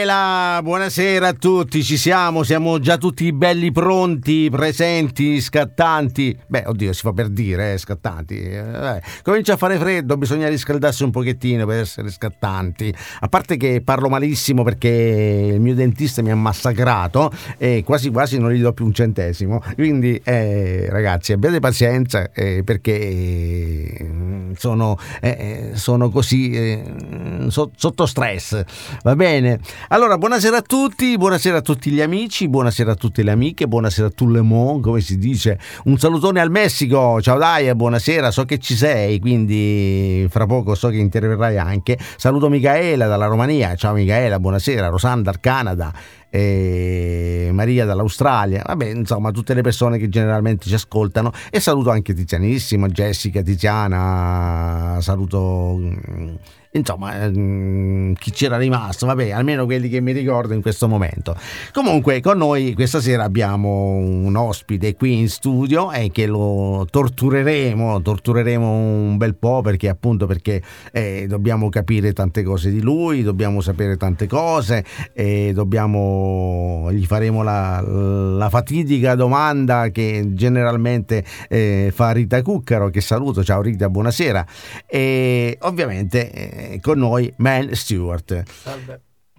Micaela, buonasera a tutti, ci siamo già tutti belli pronti, presenti, scattanti. Beh, oddio, si fa per dire, scattanti. Comincia a fare freddo, bisogna riscaldarsi un pochettino per essere scattanti. A parte che parlo malissimo perché il mio dentista mi ha massacrato e quasi quasi non gli do più un centesimo. Quindi, ragazzi, abbiate pazienza perché sono così sotto stress. Va bene, allora buonasera a tutti gli amici, buonasera a tutte le amiche, buonasera a tout le monde, come si dice. Un salutone al Messico, ciao dai, buonasera, so che ci sei, quindi fra poco so che interverrai anche. Saluto Micaela dalla Romania, ciao Micaela, buonasera. Rosanna dal Canada, Maria dall'Australia, vabbè, insomma tutte le persone che generalmente ci ascoltano, e saluto anche Tizianissimo, Jessica, Tiziana, saluto insomma chi c'era rimasto, vabbè, almeno quelli che mi ricordo in questo momento. Comunque con noi questa sera abbiamo un ospite qui in studio e che lo tortureremo un bel po', perché dobbiamo capire tante cose di lui, dobbiamo sapere tante cose e gli faremo la fatidica domanda che generalmente fa Rita Cuccaro, che saluto. Ciao Rita, buonasera. E ovviamente con noi Man Stewart. Salve.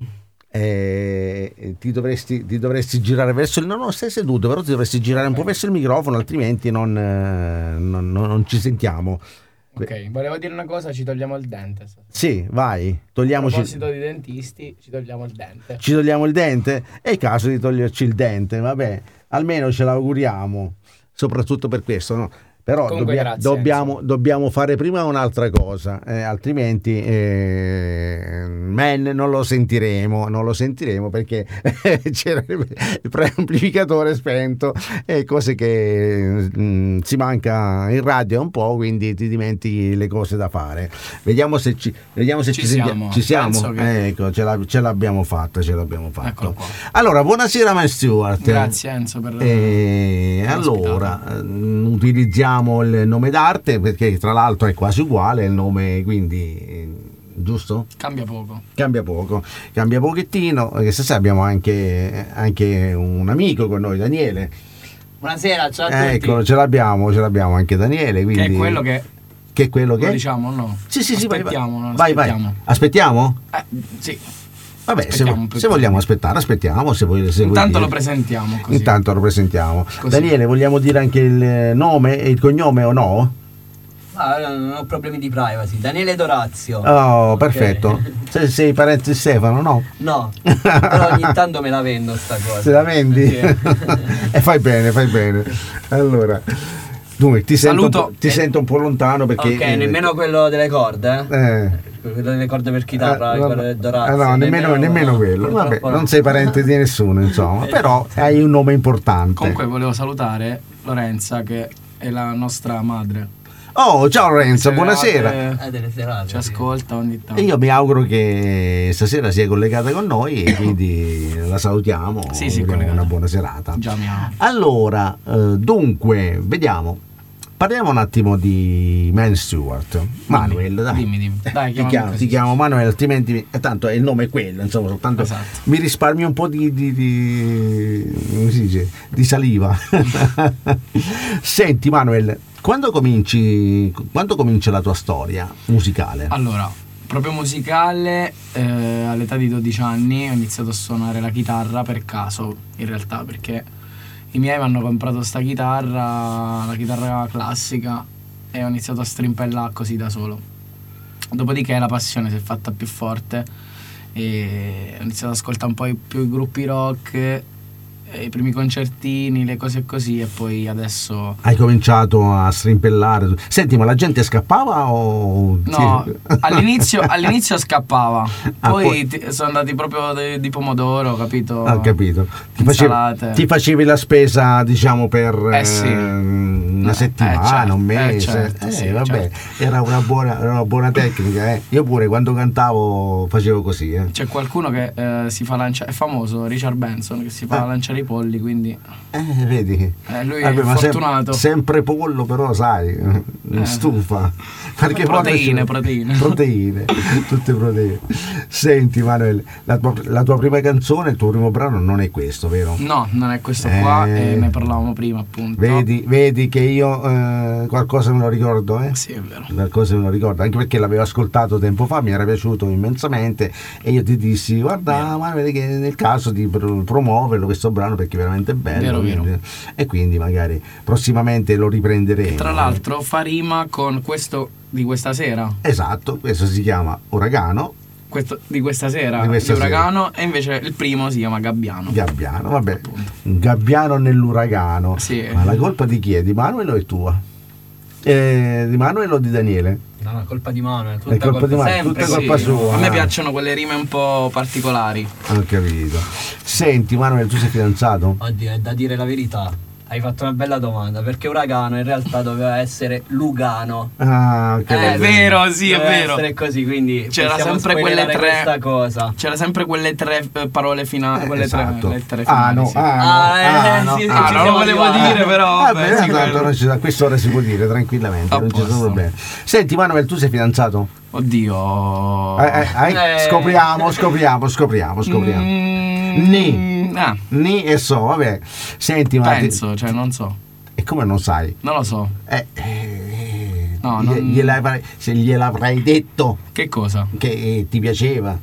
Ti dovresti girare verso il... No, stai seduto, però ti dovresti girare un po' verso il microfono, altrimenti non ci sentiamo. Ok, volevo dire una cosa, ci togliamo il dente. Sì, vai, togliamoci. A proposito di dentisti, ci togliamo il dente. Ci togliamo il dente? È il caso di toglierci il dente, vabbè, almeno ce l'auguriamo, soprattutto per questo, no? Però dobbiamo fare prima un'altra cosa, altrimenti non lo sentiremo perché c'era il preamplificatore spento e cose che si manca in radio un po', quindi ti dimentichi le cose da fare. Vediamo se ci siamo. Ecco, ce l'abbiamo fatta. Eccolo qua. Allora, buonasera Man Stewart. Grazie Enzo per allora utilizziamo il nome d'arte perché tra l'altro è quasi uguale il nome, quindi giusto? Cambia poco, cambia pochettino. Che stasera abbiamo anche un amico con noi, Daniele. Buonasera, ciao a tutti. Ecco, ce l'abbiamo anche Daniele, quindi che è quello che lo diciamo, no? Sì, aspettiamo. Vai. Aspettiamo? Sì. Vabbè, se vogliamo aspettare, aspettiamo. Intanto lo presentiamo così. Così. Daniele, vogliamo dire anche il nome e il cognome o no? Non ho problemi di privacy. Daniele Dorazio. Oh, okay. Perfetto. Sei parente di Stefano, no? No, però ogni tanto me la vendo sta cosa. Se la vendi? Sì. E fai bene. Allora, dunque, ti sento un po' lontano perché... Ok, nemmeno quello delle corde, quello delle corde per chitarra, quello del Dorazio. No, nemmeno quello. Vabbè, non sei parente di nessuno, insomma, però hai un nome importante. Comunque volevo salutare Lorenza, che è la nostra madre. Oh, ciao Lorenzo, buonasera. Delle serate, ci ascolta ogni tanto. E io mi auguro che stasera sia collegata con noi e quindi la salutiamo. Sì, una buona serata. Già mi amo. Allora, dunque, vediamo. Parliamo un attimo di Man Stewart. Manuel, dai. Dimmi. Dai, ti chiamo Manuel, altrimenti tanto il nome è quello, insomma, soltanto esatto. Mi risparmi un po' di come si dice, di saliva. Senti Manuel, quando comincia la tua storia musicale? Allora, proprio musicale, all'età di 12 anni ho iniziato a suonare la chitarra per caso, in realtà, perché i miei mi hanno comprato sta chitarra, la chitarra classica, e ho iniziato a strimpellare così da solo. Dopodiché la passione si è fatta più forte e ho iniziato ad ascoltare un po' più i gruppi rock, i primi concertini, le cose così, e poi adesso... Hai cominciato a strimpellare. Senti, ma la gente scappava o... No, all'inizio scappava, poi sono andati proprio di pomodoro, capito? Ho capito. Ti facevi la spesa, diciamo, per una settimana, certo, un mese. Certo, sì, vabbè, certo. Era una buona tecnica. Io pure quando cantavo facevo così. C'è qualcuno che si fa lanciare, è famoso, Richard Benson, che si fa lanciare i polli, quindi vedi? lui Vabbè, è ma fortunato. sempre pollo, però sai, stufa. Perché Proteine. Proteine, tutte proteine. Senti Manuel, la tua prima canzone, il tuo primo brano non è questo, vero? No, non è questo qua, e ne parlavamo prima, appunto. Vedi che io qualcosa me lo ricordo, eh? Sì, è vero. Qualcosa me lo ricordo, anche perché l'avevo ascoltato tempo fa, mi era piaciuto immensamente e io ti dissi guarda Manuel, che nel caso di promuoverlo questo brano perché è veramente bello. Vero. E quindi magari prossimamente lo riprenderemo. Tra l'altro fa rima con questo di questa sera. Esatto, questo si chiama Uragano. Questo di questa sera, Di questa Uragano, e invece il primo si chiama Gabbiano. Vabbè, appunto. Gabbiano nell'uragano. Sì. Ma la colpa di chi è? Di Manuel o è tua? Di Manuel o di Daniele? No, è colpa di Manuel, È colpa di Manuel, sempre. tutta colpa sua. A me piacciono quelle rime un po' particolari. Ho capito. Senti Manuel, tu sei fidanzato? Oddio, è da dire la verità. Hai fatto una bella domanda, perché Uragano in realtà doveva essere Lugano. Ah, ok. È vero, sì, è Doveva vero. essere così, quindi C'era possiamo sempre quelle spoilerare tre. questa cosa. C'era sempre quelle tre parole finali, quelle esatto. tre lettere finali. no, sì. no. Sì, non ci lo siamo volevo arrivati. dire, però. Vabbè, Vabbè, sì, tanto quello. non a quest'ora si può dire tranquillamente, A non ci sono posto. problemi. Senti Manuel, tu sei fidanzato? Oddio. Scopriamo. Ni e so, vabbè. Senti, ma Penso, cioè non so. e come non sai? Non lo so. No, Se gliel'avrai detto Che cosa? che ti piaceva.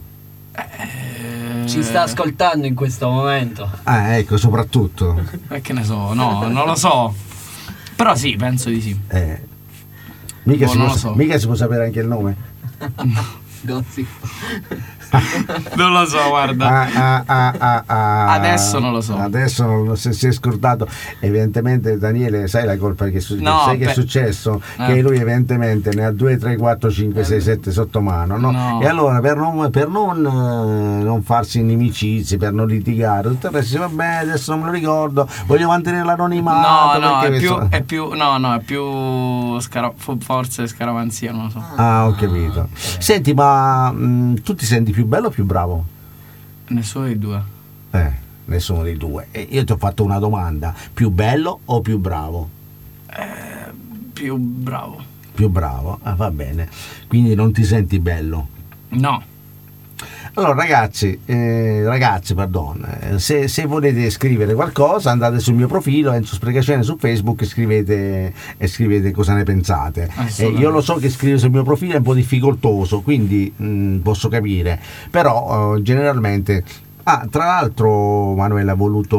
Ci sta ascoltando in questo momento. Ah, ecco, soprattutto. Che ne so, no, non lo so. Però sì, penso di sì. Mica, non lo so. mica si può sapere anche il nome. Gossip. Non lo so, guarda. Adesso non lo so. Adesso non lo si è scordato. Evidentemente Daniele, sai la colpa che sai che è successo? Che lui evidentemente ne ha 2, 3, 4, 5, 6, 7 sotto mano, no? No. E allora per non farsi inimicizie, per non litigare, tutto il resto, vabbè, adesso non me lo ricordo, voglio mantenere l'anonimato. No, perché è più forse scaramanzia, non lo so. Ah, ho capito. Senti, ma tu ti senti più bello o più bravo? Nessuno dei due. Nessuno dei due. E io ti ho fatto una domanda: più bello o più bravo? Più bravo. Più bravo, va bene. Quindi non ti senti bello? No. Allora ragazzi, pardon, se volete scrivere qualcosa andate sul mio profilo Enzo Sprecazione su Facebook e scrivete cosa ne pensate. Io lo so che scrivere sul mio profilo è un po' difficoltoso, quindi posso capire, però generalmente tra l'altro Manuela ha voluto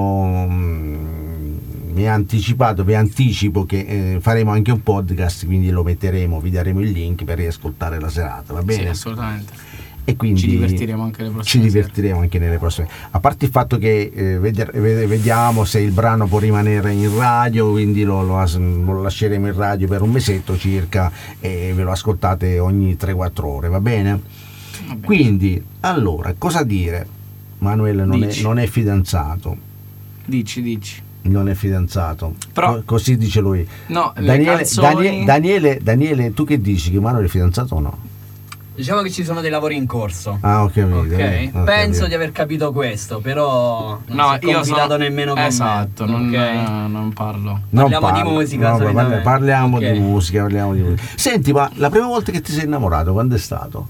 vi anticipo che faremo anche un podcast, quindi lo metteremo, vi daremo il link per riascoltare la serata, va bene? Sì, assolutamente. E quindi ci divertiremo anche nelle prossime. A parte il fatto che vediamo se il brano può rimanere in radio, quindi lo lasceremo in radio per un mesetto circa e ve lo ascoltate ogni 3-4 ore, va bene? Quindi, allora, cosa dire? Manuel non è fidanzato. Dici. Non è fidanzato. Però, così dice lui. No, Daniele, tu che dici? Che Manuel è fidanzato o no? Diciamo che ci sono dei lavori in corso. Ah, ho capito. Ok. Penso di aver capito questo, però non si è confidato nemmeno con esatto, me. non parlo. Parliamo di musica. Parliamo di musica. Senti, ma la prima volta che ti sei innamorato, quando è stato?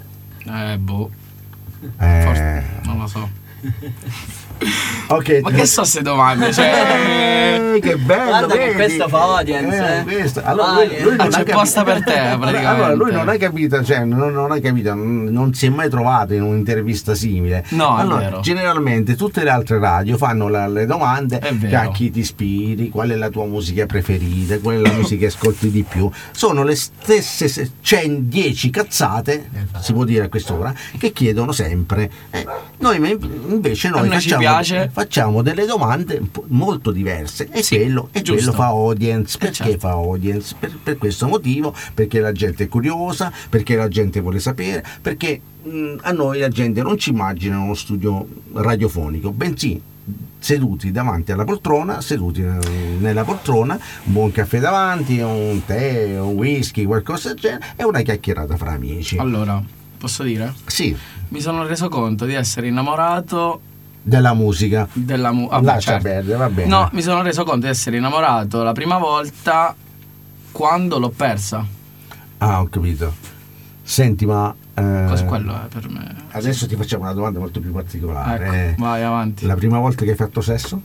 Forse, non lo so. Okay. Ma che so queste domande? Che bello! Guarda che questo fa audience. Allora, lui non c'è posta per te, praticamente. Allora, lui non ha capito, non si è mai trovato in un'intervista simile. No, allora, è vero. Generalmente tutte le altre radio fanno le domande a chi ti ispiri, qual è la tua musica preferita, qual è la musica che ascolti di più. Sono le stesse 10 cazzate, si può dire a quest'ora, che chiedono sempre. Noi invece facciamo delle domande molto diverse e quello fa audience. Perché fa audience? Per questo motivo, perché la gente è curiosa, perché la gente vuole sapere, perché a noi la gente non ci immagina uno studio radiofonico, bensì seduti davanti alla poltrona, seduti nella poltrona, un buon caffè davanti, un tè, un whisky, qualcosa del genere, e una chiacchierata fra amici. Allora, posso dire? Sì. Mi sono reso conto di essere innamorato Della musica. Vabbè, Lascia certo. perdere, va bene. No, mi sono reso conto di essere innamorato la prima volta quando l'ho persa. Ah, ho capito. Senti, ma Cos'è quello è per me? adesso ti facciamo una domanda molto più particolare. Ecco, vai avanti. La prima volta che hai fatto sesso?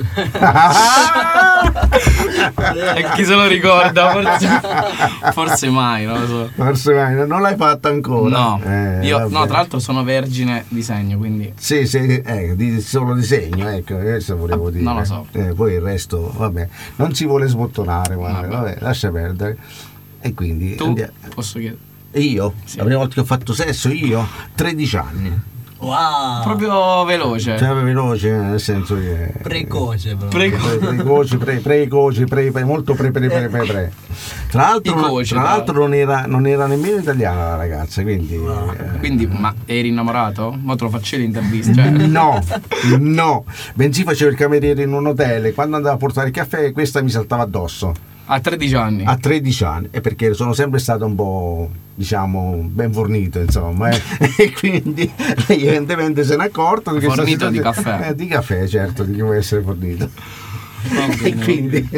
E chi se lo ricorda? Forse mai, non lo so. Forse mai, non l'hai fatto ancora. No, io vabbè. no, tra l'altro sono vergine di segno, quindi Sì, solo disegno, ecco, questo volevo dire. non lo so. Poi il resto, vabbè, non si vuole sbottonare, ma Vabbè. vabbè, lascia perdere. E quindi tu posso chiedere. E io? Sì. La prima volta che ho fatto sesso, io? 13 anni. Wow. Proprio veloce. Cioè, veloce, nel senso che... Precoce proprio. Precoce, molto pre. Tra l'altro non era nemmeno italiana la ragazza, quindi... Quindi, ma eri innamorato? Mo te lo faccio l'intervista. Cioè. No, bensì facevo il cameriere in un hotel e quando andavo a portare il caffè questa mi saltava addosso. A 13 anni. A 13 anni, e perché sono sempre stato un po', diciamo, ben fornito, insomma, e quindi lei evidentemente se n'è accorta di questa Fornito di situazione. caffè. Di caffè, certo, di chi vuole essere fornito. E quindi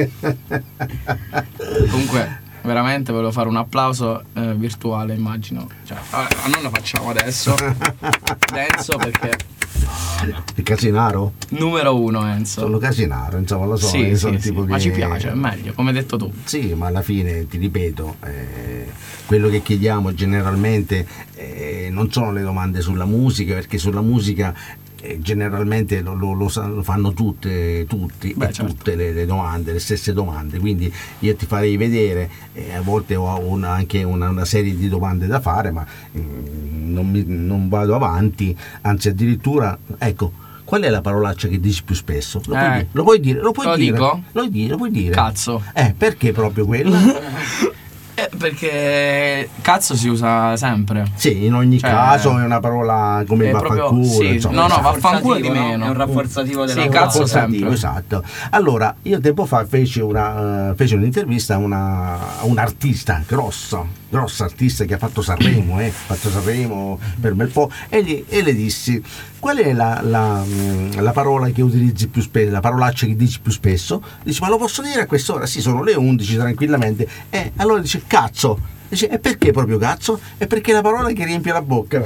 Comunque, veramente volevo fare un applauso virtuale, immagino. Cioè, non lo facciamo adesso. Enzo, perché il Casinaro? numero 1 Enzo. Sono Casinaro, insomma, lo so. Sì, io sì, sono sì, tipo ma che... ci piace, è meglio, come hai detto tu. Sì, ma alla fine, ti ripeto, quello che chiediamo generalmente non sono le domande sulla musica, perché sulla musica generalmente lo fanno tutti, Beh, certo. tutte le domande, le stesse domande, quindi io ti farei vedere, a volte ho anche una serie di domande da fare, ma non vado avanti, anzi addirittura, ecco, qual è la parolaccia che dici più spesso? Lo puoi dire? Lo puoi dire? Cazzo. Perché proprio quella? Perché cazzo si usa sempre. Sì, in ogni Cioè, caso è una parola come è vaffanculo. sì, insomma. no, vaffanculo di Rafforzativo, no? meno. È un rafforzativo della Sì, parola. cazzo sempre. Esatto. Allora, io tempo fa fece un'intervista a un artista grossa artista che ha fatto Sanremo per un bel po', e le dissi: qual è la parola che utilizzi più spesso, la parolaccia che dici più spesso? Dice: ma lo posso dire a quest'ora? Sì, sono le 11 tranquillamente. Allora dice: cazzo. Dice: e perché proprio cazzo? È perché è la parola che riempie la bocca.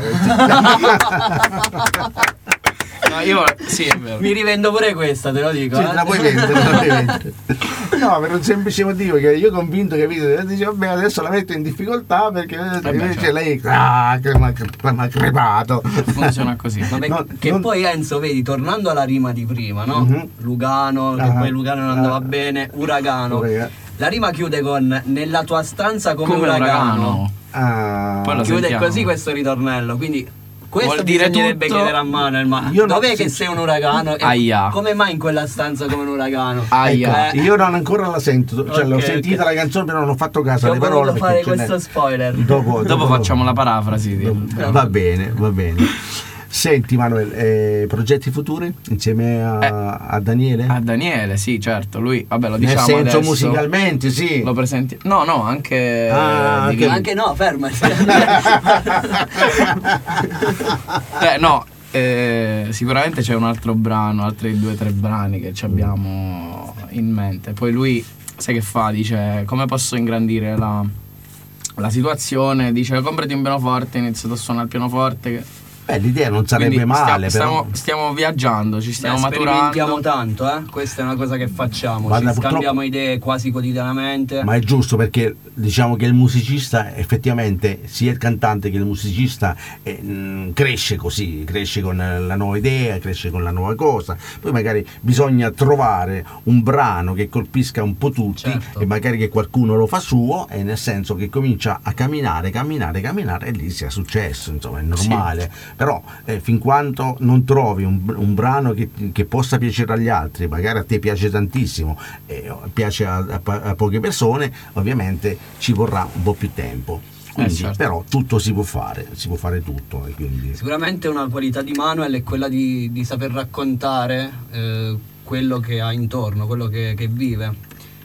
No, io sì, è vero. Mi rivendo pure questa, te lo dico. Sì, la puoi vendere. No, per un semplice motivo, che io convinto, capito? Dice: vabbè, adesso la metto in difficoltà perché invece certo. lei che mi ha crepato. Funziona così. Vabbè, poi Enzo, vedi, tornando alla rima di prima, no? Mhm. Lugano, che poi Lugano non andava bene, uragano. La rima chiude con nella tua stanza come uragano. Poi lo Chiude sentiamo. così questo ritornello, quindi questo Vuol dire bisognerebbe tutto. chiedere a Manuel, ma Io no, dov'è sì. che sei un uragano? E Aia. come mai in quella stanza come un uragano? Aia. Ecco, io non ancora la sento, cioè l'ho Ok, sentita ok. la canzone, però non ho fatto caso Ho alle parole. voluto fare perché ce n'è- questo spoiler. Dopo facciamo la parafrasi. Va bene. Senti Manuel, progetti futuri insieme a Daniele? A Daniele, sì, certo. Lui, vabbè, lo Nel diciamo senso adesso. musicalmente, sì. Lo presenti. No, anche. Anche- Anche no, fermati. No, sicuramente c'è un altro brano, altri 2 o 3 brani che ci abbiamo in mente. Poi lui, sai che fa? Dice: come posso ingrandire la situazione? Dice: comprati un pianoforte, inizio a suonare il pianoforte. L'idea non sarebbe Quindi male, però. stiamo viaggiando, ci stiamo Sperimentiamo maturando. tanto, questa è una cosa che facciamo, Guarda, ci scambiamo purtroppo- idee quasi quotidianamente. Ma è giusto, perché diciamo che il musicista effettivamente, sia il cantante che il musicista, cresce così, cresce con la nuova idea, cresce con la nuova cosa. Poi magari bisogna trovare un brano che colpisca un po' tutti, Certo. e magari che qualcuno lo fa suo, e nel senso che comincia a camminare e lì sia successo, insomma, è normale. Però fin quando non trovi un brano che possa piacere agli altri, magari a te piace tantissimo, piace a poche persone, ovviamente ci vorrà un po' più tempo. Quindi, certo. però tutto si può fare tutto, e quindi... Sicuramente una qualità di Manuel è quella di saper raccontare quello che ha intorno, quello che vive.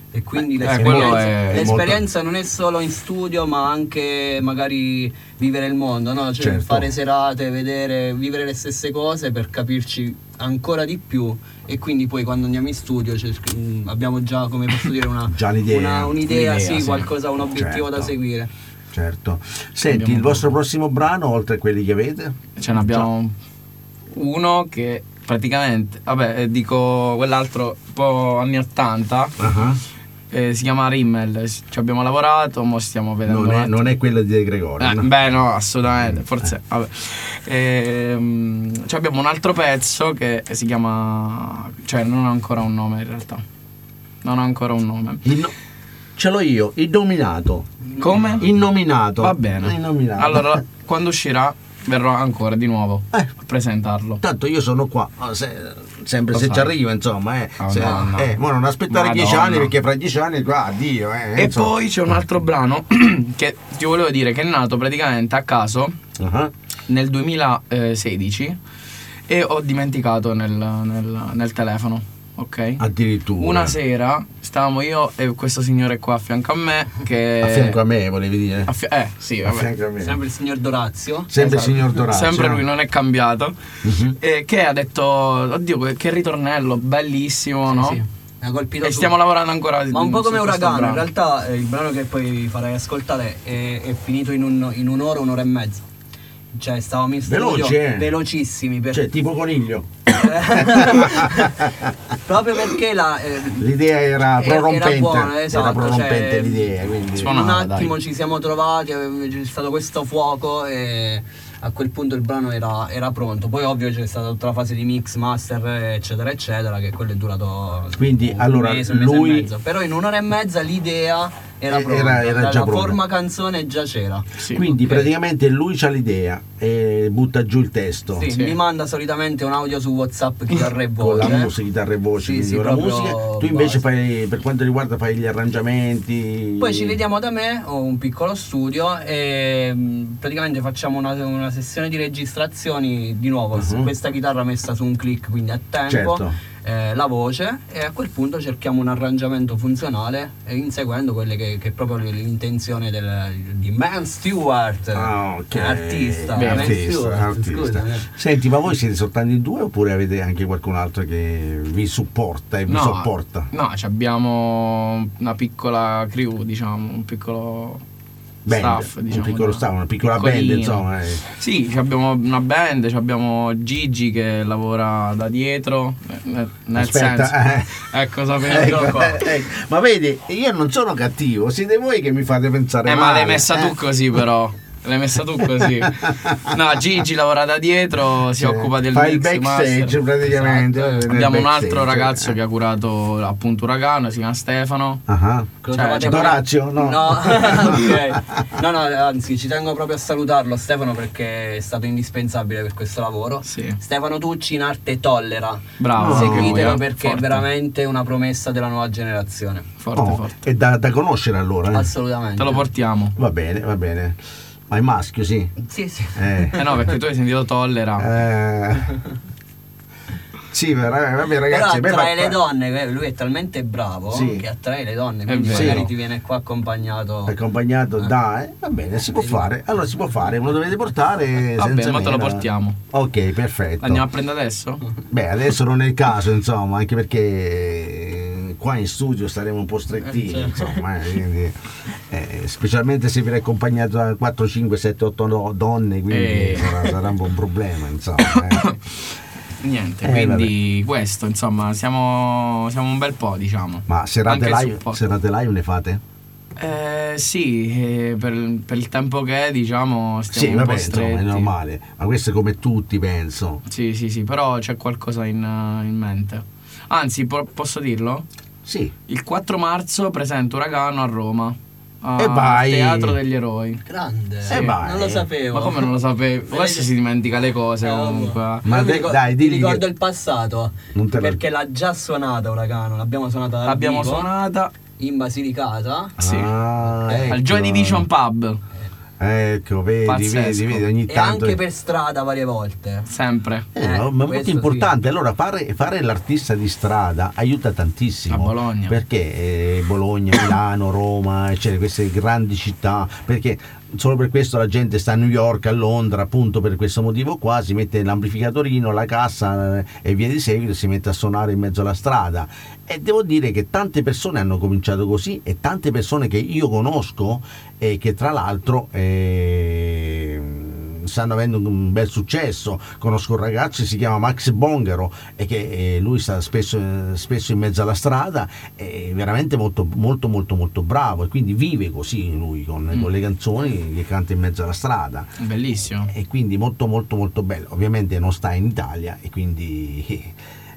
E quindi l'esperienza non è solo in studio, ma anche magari vivere il mondo, no? Cioè Certo. fare serate, vivere le stesse cose per capirci ancora di più. E quindi poi quando andiamo in studio abbiamo già, come posso dire, un'idea, sì, qualcosa, un obiettivo da seguire. Certo. Senti, il vostro prossimo brano, oltre a quelli che avete? Ce ne abbiamo uno che praticamente, vabbè, dico quell'altro un po' anni 80. Si chiama Rimmel, ci abbiamo lavorato, mo stiamo vedendo. Non è quello di De Gregorio, no? Beh, no, assolutamente, forse vabbè. Abbiamo un altro pezzo che si chiama, cioè non ha ancora un nome in realtà. Non ha ancora un nome. Ce l'ho io, Innominato. Come? Innominato. Va bene. Innominato. Allora, quando uscirà verrò ancora di nuovo a presentarlo. Tanto io sono qua, sempre se ci arriva, insomma. Ma non aspettare Madonna. 10 anni, perché fra 10 anni qua, addio. E insomma. poi c'è un altro brano che ti volevo dire che è nato praticamente a caso nel 2016 e ho dimenticato nel telefono. Ok. Addirittura. Una sera stavamo io e questo signore qua a fianco a me che... A fianco a me, volevi dire? Sì, A vabbè. fianco a me. Sempre il signor Dorazio. Sempre il Esatto. signor Dorazio. Sempre lui, non è cambiato. Che ha detto, oddio, che ritornello, bellissimo, no? Sì. Ha colpito E stiamo lavorando ancora. Ma un po' come su questo Uragano, in brano. realtà il brano che poi farai ascoltare è finito in un'ora, un'ora e mezza. Cioè stavamo in studio Veloce, velocissimi Cioè, tipo coniglio. proprio perché l'idea era prorompente. era buona, esatto, era prorompente cioè, l'idea, quindi suonava, un attimo dai. ci siamo trovati, c'è stato questo fuoco e a quel punto il brano era pronto. Poi ovvio c'è stata tutta la fase di mix, master, eccetera eccetera, che quello è durato quindi allora un mese lui e mezzo. Però in un'ora e mezza l'idea era pronta, era la già pronta. forma canzone già c'era. Sì. quindi ok. praticamente lui c'ha l'idea e butta giù il testo. Sì, Sì. mi manda solitamente un audio su WhatsApp, chitarra e Con voce. la musica, chitarra e voce, Sì, quindi sì, con la proprio musica. Tu invece base. fai, per quanto riguarda, fai gli arrangiamenti. Poi ci vediamo da me, ho un piccolo studio e praticamente facciamo una sessione di registrazioni di nuovo, questa chitarra messa su un click, quindi a tempo, Certo. la voce, e a quel punto cerchiamo un arrangiamento funzionale inseguendo quelle che è proprio l'intenzione di Man Stewart, Ok. artista. Bene. Man Artista, Stewart, artista. scusami. Senti, ma voi siete soltanto in due oppure avete anche qualcun altro che vi supporta e vi sopporta? No, abbiamo una piccola crew, diciamo, un piccolo Band, staff, diciamo, un piccolo staff, una piccola band, piccolino. insomma. Sì, abbiamo una band, abbiamo Gigi che lavora da dietro, nel Aspetta, senso, ecco, sapevo qua. Ma vedi, io non sono cattivo, siete voi che mi fate pensare Ma male. l'hai messa tu così però. L'hai messa tu così. No, Gigi lavora da dietro, si occupa del fa mix, il backstage master. praticamente. Esatto. nel Abbiamo un backstage. altro ragazzo che ha curato appunto Uragano, si chiama Stefano. Ah, Lo Cioè, trovate Dorazio, no. No, ok. No, anzi, ci tengo proprio a salutarlo Stefano perché è stato indispensabile per questo lavoro. Sì. Stefano Tucci in arte Tollera. Bravo. Seguitelo lui, perché forte. è veramente una promessa della nuova generazione. Forte, Oh, forte. è da conoscere allora. Assolutamente. Te lo portiamo. Va bene, va bene. Ma è maschio, sì. Sì, sì. Eh no, perché tu hai sentito Tollera. Sì, vabbè Però ragazzi. attrae le donne, lui è talmente bravo Sì. che attrae le donne, quindi vero. magari Sì. ti viene qua accompagnato. Accompagnato da, va bene, si può fare. Allora si può fare, me lo dovete portare. Va senza bene, ma te lo meno. portiamo. Ok, perfetto. L'andiamo a prendere adesso? Beh, adesso non è il caso, insomma, anche perché qua in studio staremo un po' strettini, Certo. insomma, quindi, specialmente se viene accompagnato da 4, 5, 7, 8 donne, quindi sarà un po' un problema, insomma. Niente, quindi questo, insomma, siamo un bel po', diciamo. Ma serate Anche il live, supporto. serate live ne fate? Sì, per il tempo che è, diciamo, stiamo Sì, un vabbè, po' insomma, stretti. è normale, ma questo è come tutti, penso. Sì, però c'è qualcosa in mente. Anzi, posso dirlo? Sì. Il 4 marzo presento Uragano a Roma. E vai! Al Teatro degli Eroi. Grande. E vai. Non lo sapevo. Ma come non lo sapevi? Questo si dimentica le cose comunque. Ma Io mi dai, mi digli ricordo che- il passato. Non te lo- Perché l'ha già suonata Uragano, l'abbiamo suonata dal L'abbiamo vivo suonata in Basilicata. sì, Ah, ecco. al Joy Division Pub. Ecco, vedi, ogni tanto. E anche per strada varie volte. Sempre. Ma molto importante. Sì. Allora fare l'artista di strada aiuta tantissimo. A Bologna. Perché Bologna, Milano, Roma, eccetera, queste grandi città, perché solo per questo la gente sta a New York, a Londra, appunto per questo motivo qua, si mette l'amplificatorino, la cassa e via di seguito, si mette a suonare in mezzo alla strada. E devo dire che tante persone hanno cominciato così, e tante persone che io conosco e che tra l'altro stanno avendo un bel successo. Conosco un ragazzo che si chiama Max Bongero e che lui sta spesso in mezzo alla strada, è veramente molto molto molto molto bravo, e quindi vive così lui con le canzoni che canta in mezzo alla strada. Bellissimo. E quindi molto molto molto bello. Ovviamente non sta in Italia, e quindi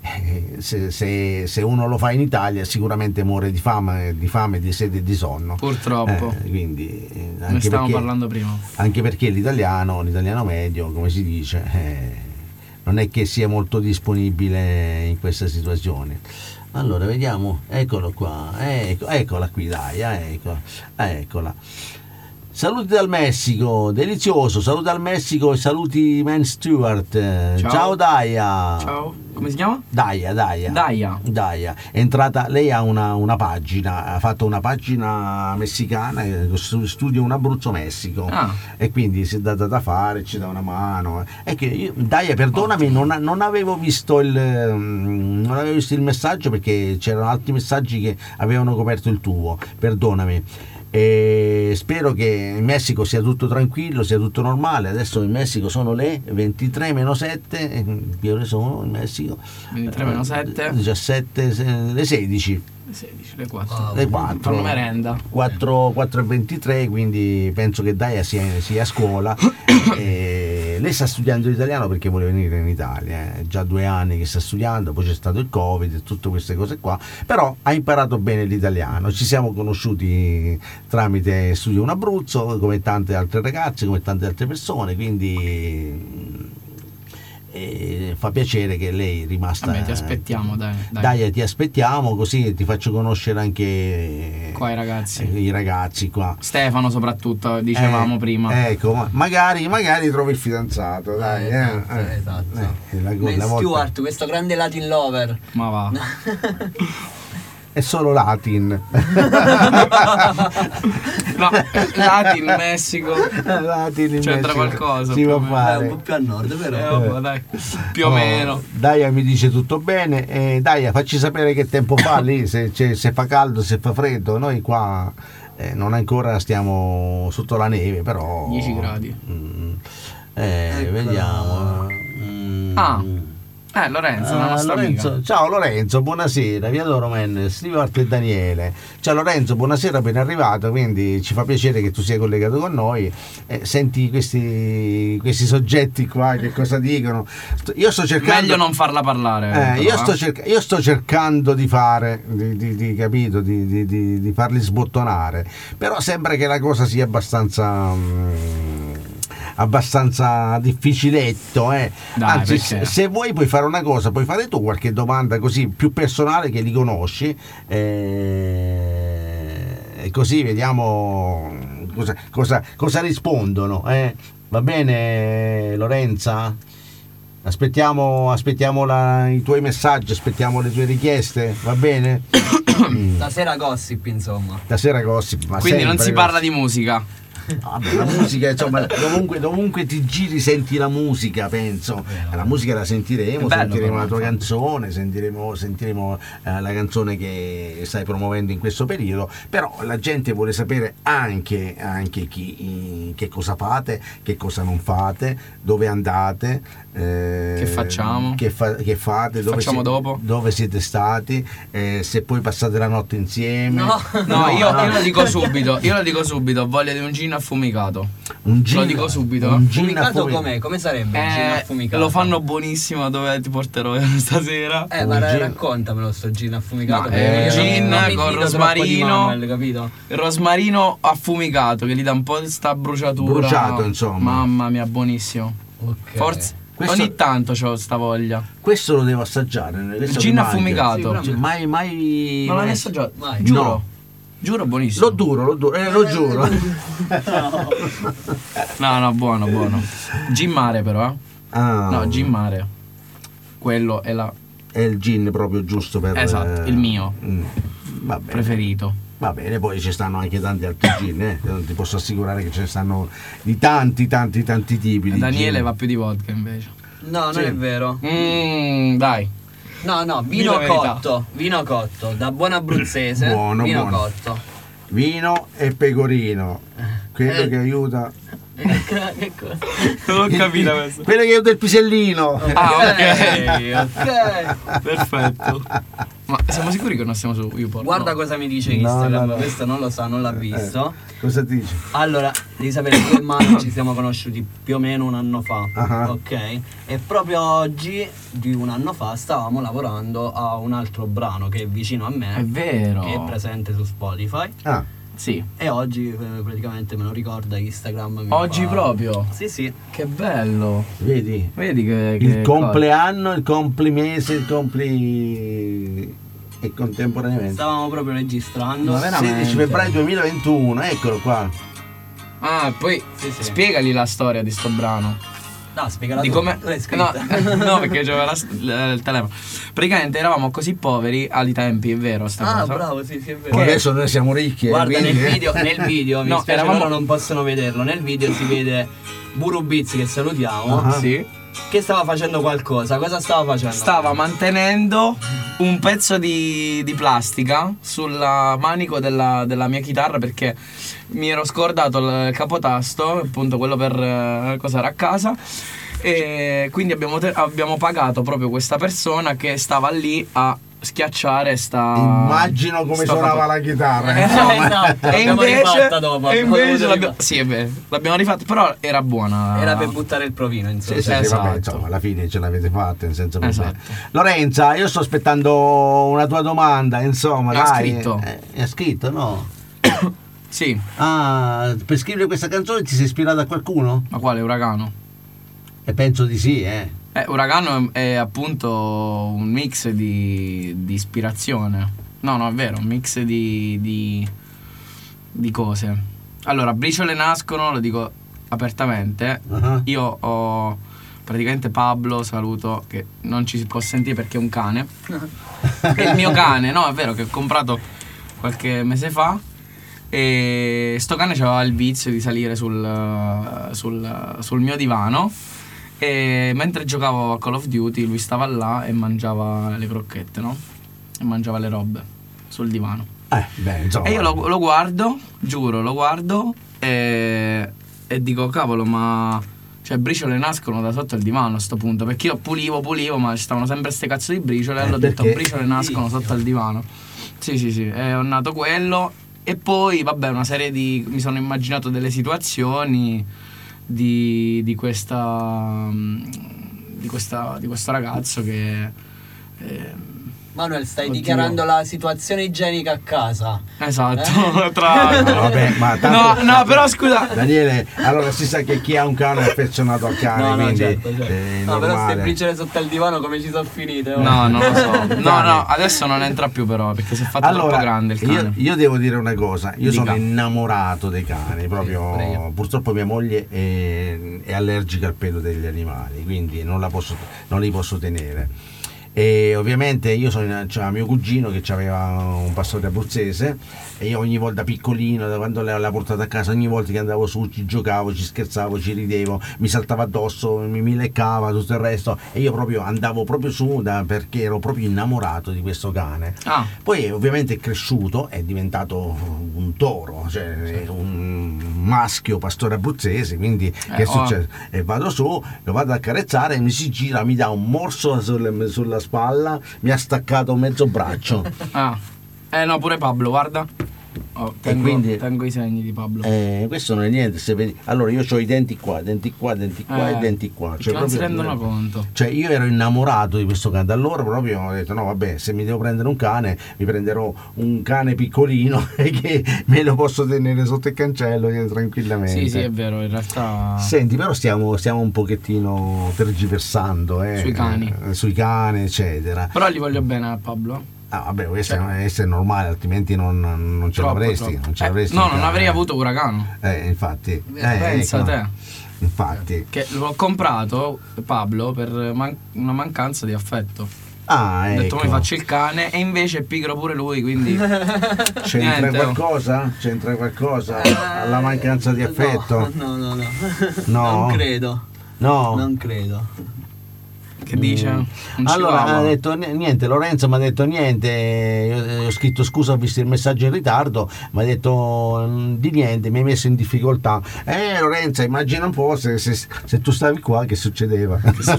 se uno lo fa in Italia sicuramente muore di fame, di sete e di sonno, purtroppo. Quindi ne stavamo parlando prima, anche perché l'italiano medio, come si dice, non è che sia molto disponibile in questa situazione. Allora vediamo, eccolo qua, eccola qui, dai, eccola. Saluti dal Messico, delizioso, saluti dal Messico e saluti Man Stewart. Ciao Daia. Ciao, come si chiama? Daia. È entrata, lei ha una pagina, ha fatto una pagina messicana, studio un Abruzzo Messico, e quindi si è data da fare, ci dà una mano. È che io, Daia, perdonami, non avevo visto il messaggio, perché c'erano altri messaggi che avevano coperto il tuo, perdonami. E spero che in Messico sia tutto tranquillo, sia tutto normale. Adesso in Messico sono le 23-7. Che ore sono in Messico? 23-7 17, le 16. Le 4. Le 4. Fanno merenda. 4:23, quindi penso che Daia sia a scuola. Lei sta studiando l'italiano perché vuole venire in Italia, è già 2 anni che sta studiando, poi c'è stato il Covid e tutte queste cose qua, però ha imparato bene l'italiano. Ci siamo conosciuti tramite Studio Un Abruzzo, come tante altre ragazze, come tante altre persone, quindi fa piacere che lei è rimasta. Ti aspettiamo, dai, ti aspettiamo, così ti faccio conoscere anche qua i ragazzi qua. Stefano soprattutto, dicevamo prima. Ecco, magari trovi il fidanzato, dai. Esatto. Stewart, questo grande Latin lover. Ma va. È solo Latin. No, Latin Messico. Latin in c'entra Messico. Qualcosa. Si può fare. Un po' più a nord, però. Dai, più o meno. Daia mi dice tutto bene. Daia, facci sapere che tempo fa lì, se fa caldo, se fa freddo. Noi qua non ancora stiamo sotto la neve, però 10 gradi. Vediamo. Lorenzo, la nostra amica. Ciao Lorenzo, buonasera, vi adoro men, Stewart e Daniele. Ciao Lorenzo, buonasera, ben arrivato, quindi ci fa piacere che tu sia collegato con noi. Senti questi soggetti qua che cosa dicono. Io sto cercando. Meglio non farla parlare. Io sto cercando di fare, capito, di farli sbottonare, però sembra che la cosa sia abbastanza difficiletto, Dai, anzi, se vuoi puoi fare una cosa, puoi fare tu qualche domanda così più personale, che li conosci, e così vediamo cosa rispondono, va bene Lorenza? Aspettiamo i tuoi messaggi, aspettiamo le tue richieste, va bene? Stasera gossip, insomma. Stasera gossip, ma quindi non si parla di musica. La musica, insomma, dovunque ti giri senti la musica, penso. La musica la sentiremo la tua canzone, sentiremo la canzone che stai promuovendo in questo periodo, però la gente vuole sapere anche che cosa fate, che cosa non fate, dove andate, che facciamo, che fate, dove siete stati, se poi passate la notte insieme. Io lo dico subito, voglio di un gin affumicato. Lo dico subito. Un gin affumicato come sarebbe un gin affumicato? Lo fanno buonissimo, dove ti porterò stasera. Ma raccontamelo sto gin affumicato. Gin con rosmarino, capito? Rosmarino affumicato che gli dà un po' sta bruciato, insomma. Mamma mia, buonissimo. Okay. Forse ogni tanto c'ho sta voglia. Questo lo devo assaggiare. Il gin affumicato. Mai non l'hai assaggiato? Mai. Giuro. Giuro, buonissimo. Lo giuro. No, buono. Gin mare però, eh. No, gin mare. Quello è il gin proprio giusto per... Esatto, il mio va bene. preferito. Va bene, poi ci stanno anche tanti altri gin, ti posso assicurare che ce ne stanno di tanti tipi di Daniele gin. Va più di vodka invece. No, non è vero. Dai. No, vino cotto, da buon abruzzese. Buono. Cotto. Vino e pecorino, quello che aiuta. Che cosa? Non ho capito questo. Quello che aiuta il pisellino. Ok. Perfetto. Ma siamo sicuri che non siamo su YouPorn? Guarda cosa mi dice Instagram, questo non lo sa, non l'ha visto. Cosa ti dice? Allora, devi sapere che io e Manu ci siamo conosciuti più o meno un anno fa, ok? E proprio oggi, di un anno fa, stavamo lavorando a un altro brano che è vicino a me. È vero. Che è presente su Spotify. Sì. E oggi praticamente me lo ricorda Instagram. Oggi proprio? Sì. Che bello. Vedi che il compleanno, il complimese, il compli... e contemporaneamente. Stavamo proprio registrando. Ma veramente? 16 febbraio 2021, eccolo qua. Poi spiegali la storia di sto brano. No, spiegala di tu. come... L'hai scritta. No, perché c'aveva il telefono. Praticamente eravamo così poveri ai tempi, è vero sta cosa? Bravo, sì, è vero. Adesso noi siamo ricchi. Guarda, quindi... nel video mi spiace, loro non possono vederlo. Nel video si vede Buru Biz, che salutiamo. Sì. Che stava facendo qualcosa. Cosa stava facendo? Stava mantenendo un pezzo di plastica sul manico della mia chitarra, perché mi ero scordato il capotasto, appunto quello per cos'era a casa, e quindi abbiamo pagato proprio questa persona che stava lì a schiacciare immagino come suonava la chitarra, esatto. E rifatta dopo. l'abbiamo rifatta, però era buona. Era per buttare il provino, insomma. Sì, esatto. vabbè, insomma, alla fine ce l'avete fatta, in senso esatto. Lorenza, io sto aspettando una tua domanda, insomma. Ha scritto? Ha scritto, no? Sì. Per scrivere questa canzone ti sei ispirato a qualcuno? Ma quale, Uragano? E penso di sì, Uragano è appunto un mix di ispirazione. No, è vero, un mix di cose. Allora, briciole nascono, lo dico apertamente. Io ho praticamente Pablo, saluto, che non ci si può sentire perché è un cane. È il mio cane, no, è vero, che ho comprato qualche mese fa. E sto cane aveva il vizio di salire sul mio divano. E mentre giocavo a Call of Duty lui stava là e mangiava le crocchette, no? E mangiava le robe sul divano. Insomma. E io lo guardo, giuro, lo guardo e dico, cavolo, ma... Cioè, briciole nascono da sotto il divano a sto punto, perché io pulivo, ma ci stavano sempre ste cazzo di briciole, e allora ho detto, briciole nascono sotto il divano. Sì, e ho nato quello. E poi, vabbè, una serie mi sono immaginato delle situazioni di questo ragazzo che Manuel, stai dichiarando la situazione igienica a casa. Esatto. Vabbè, ma tanto, no, però scusa Daniele, allora si sa che chi ha un cane è affezionato al cane, quindi certo. È no, però normale. ste briciole sotto il divano come ci sono finite? No, non lo so. No, adesso non entra più però, perché si è fatto troppo grande il cane. Io devo dire una cosa, io sono innamorato dei cani, proprio. Purtroppo mia moglie è allergica al pelo degli animali, quindi non li posso tenere. E ovviamente c'era mio cugino che aveva un pastore abruzzese e io ogni volta piccolino, da quando l'ha portato a casa, ogni volta che andavo su ci giocavo, ci scherzavo, ci ridevo, mi saltava addosso, mi leccava, tutto il resto, e io proprio andavo proprio su perché ero proprio innamorato di questo cane. Poi ovviamente è cresciuto, è diventato un toro, cioè un maschio pastore abruzzese, quindi che è successo? E vado su, lo vado ad accarezzare e mi si gira, mi dà un morso sulla spalla, mi ha staccato mezzo braccio. No, pure Pablo, guarda. Tengo i segni di Pablo. Questo non è niente, se vedi. Allora io ho i denti qua e denti qua. Cioè, non si rendono conto. Cioè io ero innamorato di questo cane, da allora proprio ho detto no vabbè, se mi devo prendere un cane mi prenderò un cane piccolino e che me lo posso tenere sotto il cancello tranquillamente. Sì, è vero, in realtà. Senti, però stiamo un pochettino tergiversando sui cani eccetera. Però gli voglio bene a Pablo. Ah, vabbè, questo è normale, altrimenti non ce l'avresti. No, non avrei avuto Uragano. Infatti. Pensa ecco. te. Infatti. Che l'ho comprato, Pablo, per una mancanza di affetto. Ah, ecco. Ho detto, mi faccio il cane, e invece è pigro pure lui, quindi... C'entra qualcosa? C'entra qualcosa? Alla mancanza di affetto? No. No? Non credo. No? Non credo. Che dice? Allora ha detto niente, Lorenzo mi ha detto niente, io ho scritto scusa, ho visto il messaggio in ritardo, mi ha detto di niente, mi hai messo in difficoltà. Lorenzo, immagina un po' se tu stavi qua che succedeva.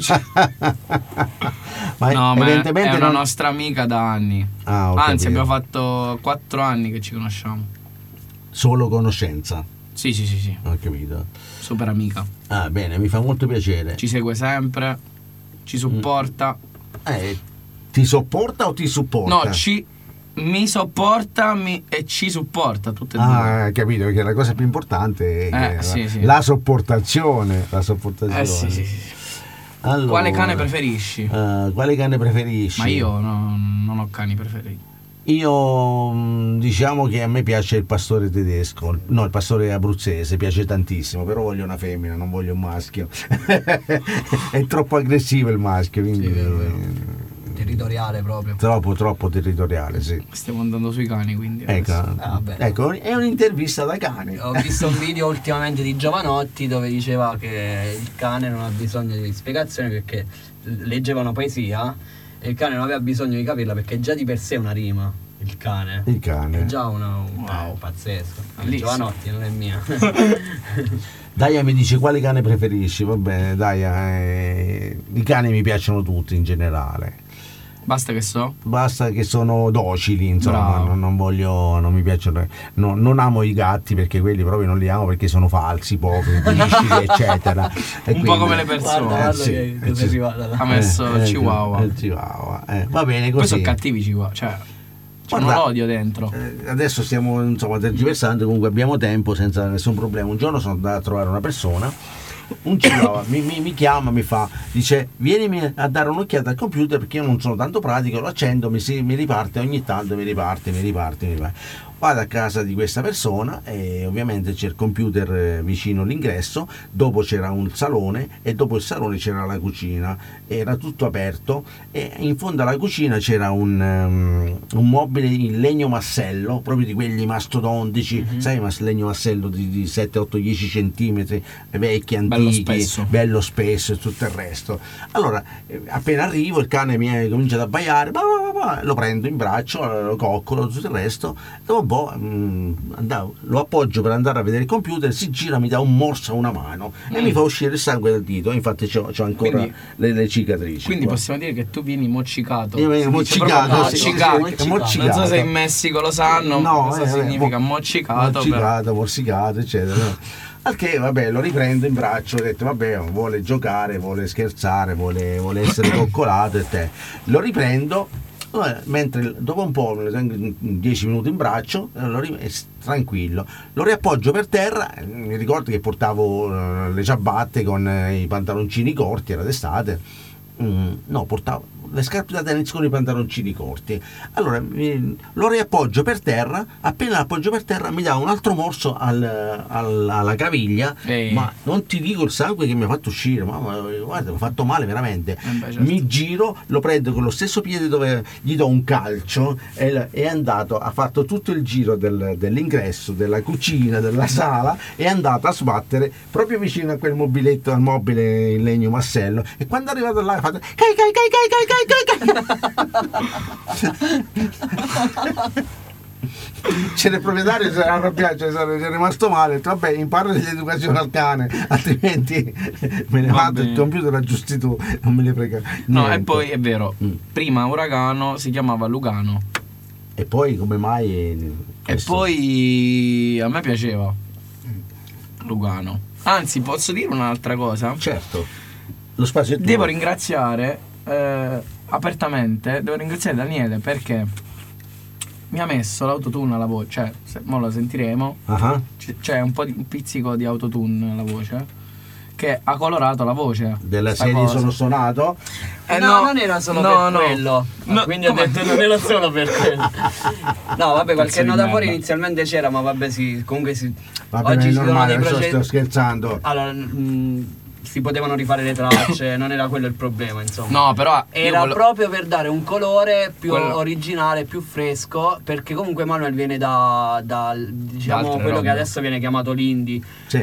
Ma evidentemente è una nostra amica da anni. Anzi, capito. abbiamo fatto 4 anni che ci conosciamo. Solo conoscenza? Sì. Ho capito. Super amica. Ah, bene, mi fa molto piacere. Ci segue sempre, ci supporta. Ti sopporta o ti supporta? No, mi sopporta e ci supporta, tutte e due. Capito, perché la cosa più importante è sì. la sopportazione. Sì. Allora, quale cane preferisci? Quale cane preferisci? Ma io non ho cani preferiti. Io diciamo che a me piace il pastore tedesco, no, il pastore abruzzese, piace tantissimo, però voglio una femmina, non voglio un maschio. È troppo aggressivo il maschio, quindi vero. Territoriale proprio. Troppo territoriale, sì. Stiamo andando sui cani, quindi. Ecco, è un'intervista da cane. Ho visto un video ultimamente di Giovanotti dove diceva che il cane non ha bisogno di spiegazioni perché leggeva una poesia e il cane non aveva bisogno di capirla perché già di per sé è una rima. Il cane è già wow, pazzesco. Giovanotti non è mia. Daia mi dice quale cane preferisci? Va bene, Daia, i cani mi piacciono tutti in generale. Basta che sono docili, insomma, non mi piacciono, non amo i gatti perché quelli proprio non li amo perché sono falsi, poveri, eccetera. Un po' come le persone. Guarda che sei arrivata là. Ha messo il Chihuahua. Il Chihuahua. Va bene così. Poi sono cattivi i Chihuahua, cioè c'è un odio dentro. Adesso stiamo tergiversando, comunque abbiamo tempo senza nessun problema. Un giorno sono andato a trovare una persona, un Chihuahua, mi chiama, dice vienimi a dare un'occhiata al computer perché io non sono tanto pratico, lo accendo, mi riparte ogni tanto, mi riparte. Vado a casa di questa persona e ovviamente c'è il computer vicino all'ingresso, dopo c'era un salone e dopo il salone c'era la cucina, era tutto aperto e in fondo alla cucina c'era un mobile in legno massello, proprio di quelli mastodontici, sai, legno massello di 7, 8, 10 centimetri, vecchi, antichi, bello spesso e tutto il resto. Allora, appena arrivo il cane mi comincia ad abbaiare, lo prendo in braccio, lo coccolo, tutto il resto, dopo un po' lo appoggio per andare a vedere il computer, si gira, mi dà un morso a una mano e mi fa uscire il sangue dal dito, infatti c'ho ancora le cicatrici. Quindi possiamo dire che tu vieni moccicato. Io vengo moccicato. Non so se in Messico lo sanno, cosa significa moccicato, morsicato, eccetera. Al che vabbè, lo riprendo in braccio, ho detto vabbè, vuole giocare, vuole scherzare, vuole essere coccolato e te. Lo riprendo, mentre dopo un po', 10 minuti in braccio, tranquillo, lo riappoggio per terra. Mi ricordo che portavo le ciabatte con i pantaloncini corti, era d'estate, portavo le scarpe da tennis con i pantaloncini corti. Allora lo riappoggio per terra, appena l'appoggio per terra mi dà un altro morso alla caviglia. Ma non ti dico il sangue che mi ha fatto uscire, ma guarda, mi ha fatto male veramente. Certo. Mi giro, lo prendo con lo stesso piede dove gli do un calcio e è andato, ha fatto tutto il giro dell'ingresso, della cucina, della sala, è andato a sbattere proprio vicino a quel mobiletto, al mobile in legno massello, e quando è arrivato là ha fatto c'era il proprietario, si era arrabbiato, era rimasto male, vabbè, imparo l'educazione al cane, altrimenti me ne vado, il computer aggiusti tu, non me ne frega niente. No, e poi è vero, prima Uragano si chiamava Lugano. E poi come mai? E poi a me piaceva Lugano. Anzi, posso dire un'altra cosa? Certo, lo spazio è tuo. Devo ringraziare apertamente, Daniele, perché mi ha messo l'autotune alla voce, cioè mo la sentiremo, c'è un pizzico di autotune alla voce, che ha colorato la voce della serie Sono suonato. No, non era solo per quello. Quindi ho detto non era solo per quello. No, vabbè, qualche nota fuori inizialmente c'era, ma vabbè, sì, comunque sì. Vabbè, oggi ci sono dei processi. Sto scherzando. Allora, si potevano rifare le tracce, non era quello il problema, insomma. No, però era proprio per dare un colore più originale, più fresco, perché comunque Manuel viene da diciamo quello che adesso viene chiamato l'indie. Sì.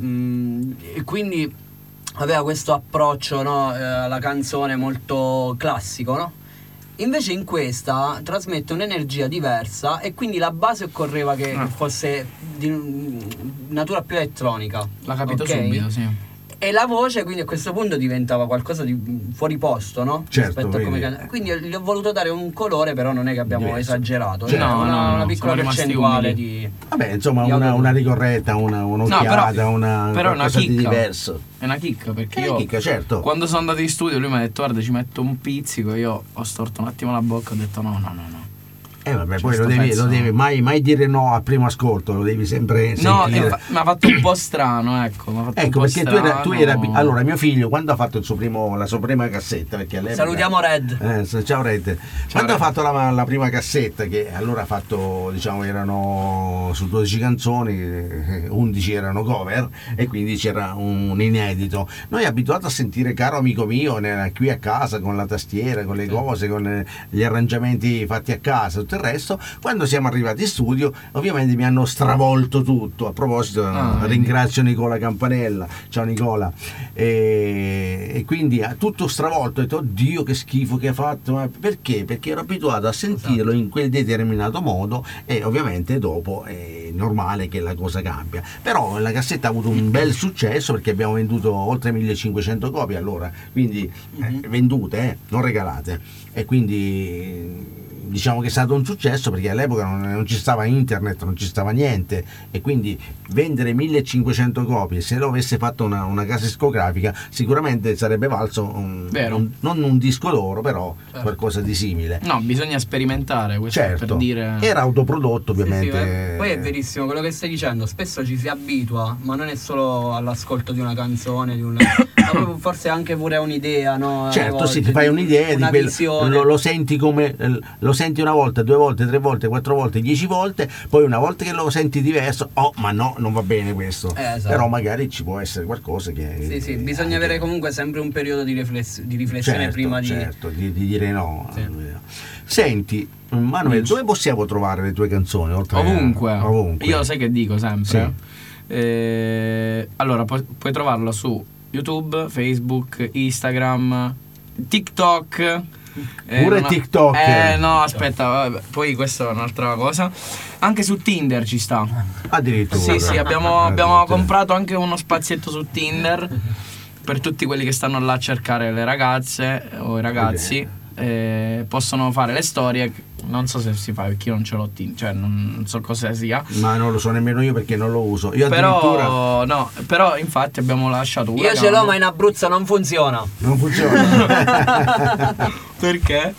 E quindi aveva questo approccio, no, alla canzone molto classico, no? Invece in questa trasmette un'energia diversa e quindi la base occorreva che fosse di natura più elettronica. L'ha capito subito, sì. E la voce quindi a questo punto diventava qualcosa di fuori posto, no? Certo, rispetto a come quindi gli ho voluto dare un colore, però non è che abbiamo esagerato, certo. Una piccola percentuale di... Vabbè, insomma, una ricorretta, un'occhiata, però qualcosa di diverso. È una chicca, perché io chicca, certo. Quando sono andato in studio lui mi ha detto guarda, ci metto un pizzico, io ho storto un attimo la bocca e ho detto no. Vabbè, poi lo devi mai dire no al primo ascolto, lo devi sempre sentire. No, mi ha fatto un po' strano, ecco. Perché tu eri allora mio figlio quando ha fatto la sua prima cassetta, perché all'epoca, salutiamo Red. Ciao Red. Quando ha fatto la prima cassetta, che allora ha fatto, diciamo, erano su 12 canzoni, 11 erano cover e quindi c'era un inedito. Noi abituati a sentire Caro amico mio qui a casa con la tastiera, con le cose, con gli arrangiamenti fatti a casa, tutto il resto. Quando siamo arrivati in studio ovviamente mi hanno stravolto tutto. A proposito, ringrazio Nicola Campanella, ciao Nicola, e quindi ha tutto stravolto. Ho detto oddio che schifo che ha fatto. Ma perché? Perché ero abituato a sentirlo in quel determinato modo e ovviamente dopo è normale che la cosa cambia. Però la cassetta ha avuto un bel successo perché abbiamo venduto oltre 1500 copie allora, quindi vendute, non regalate, e quindi diciamo che è stato un successo perché all'epoca non ci stava internet, non ci stava niente, e quindi vendere 1500 copie, se lo avesse fatto una casa discografica sicuramente sarebbe valso non un disco d'oro, però qualcosa di simile. No, bisogna sperimentare questo, certo, per dire. Era autoprodotto ovviamente. Sì, poi è verissimo quello che stai dicendo, spesso ci si abitua, ma non è solo all'ascolto di una canzone, ma forse anche pure un'idea, no? Certo, sì, ti fai un'idea di quello, lo senti come lo senti una volta, 2 volte, 3 volte, 4 volte, 10 volte, poi una volta che lo senti diverso, ma no, non va bene questo. Esatto. Però magari ci può essere qualcosa che... Sì, bisogna avere comunque sempre un periodo di riflessione, certo, prima di dire no. Sì. Senti, Manuel, dove possiamo trovare le tue canzoni? Ovunque. Io sai che dico sempre? Sì. Allora, puoi trovarlo su YouTube, Facebook, Instagram, TikTok. Pure TikTok. No, aspetta, vabbè, poi questa è un'altra cosa. Anche su Tinder ci sta. Addirittura. Sì, abbiamo comprato anche uno spazietto su Tinder per tutti quelli che stanno là a cercare le ragazze o i ragazzi. Possono fare le storie. Non so se si fa perché io non ce l'ho, cioè non so cosa sia. Ma non lo so nemmeno io perché non lo uso. Io addirittura. Però infatti abbiamo lasciato Uragano. Io ce l'ho, ma in Abruzzo non funziona. Non funziona. Perché?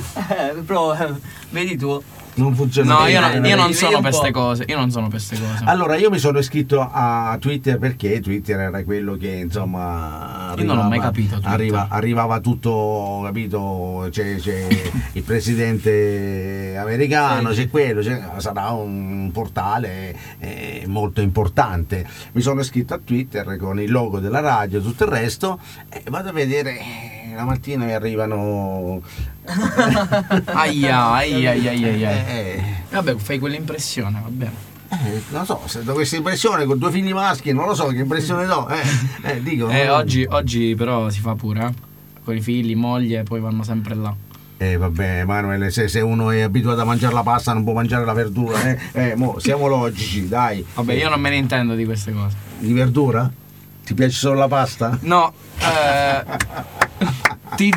Vedi tu. Non funziona. No, io non sono per queste cose. Allora, io mi sono iscritto a Twitter perché Twitter era quello che insomma io non ho mai capito arrivava tutto, capito? C'è il presidente americano, c'è quello, sarà un portale molto importante. Mi sono iscritto a Twitter con il logo della radio, tutto il resto, e vado a vedere, la mattina mi arrivano aia. Vabbè, fai quell'impressione, va bene. Non so, se do questa impressione con 2 figli maschi, non lo so che impressione do. Dico. Oggi però si fa pure, con i figli, moglie, poi vanno sempre là. Vabbè, Manuel, se uno è abituato a mangiare la pasta non può mangiare la verdura. Siamo logici, dai. Vabbè, io non me ne intendo di queste cose. Di verdura? Ti piace solo la pasta? No, ti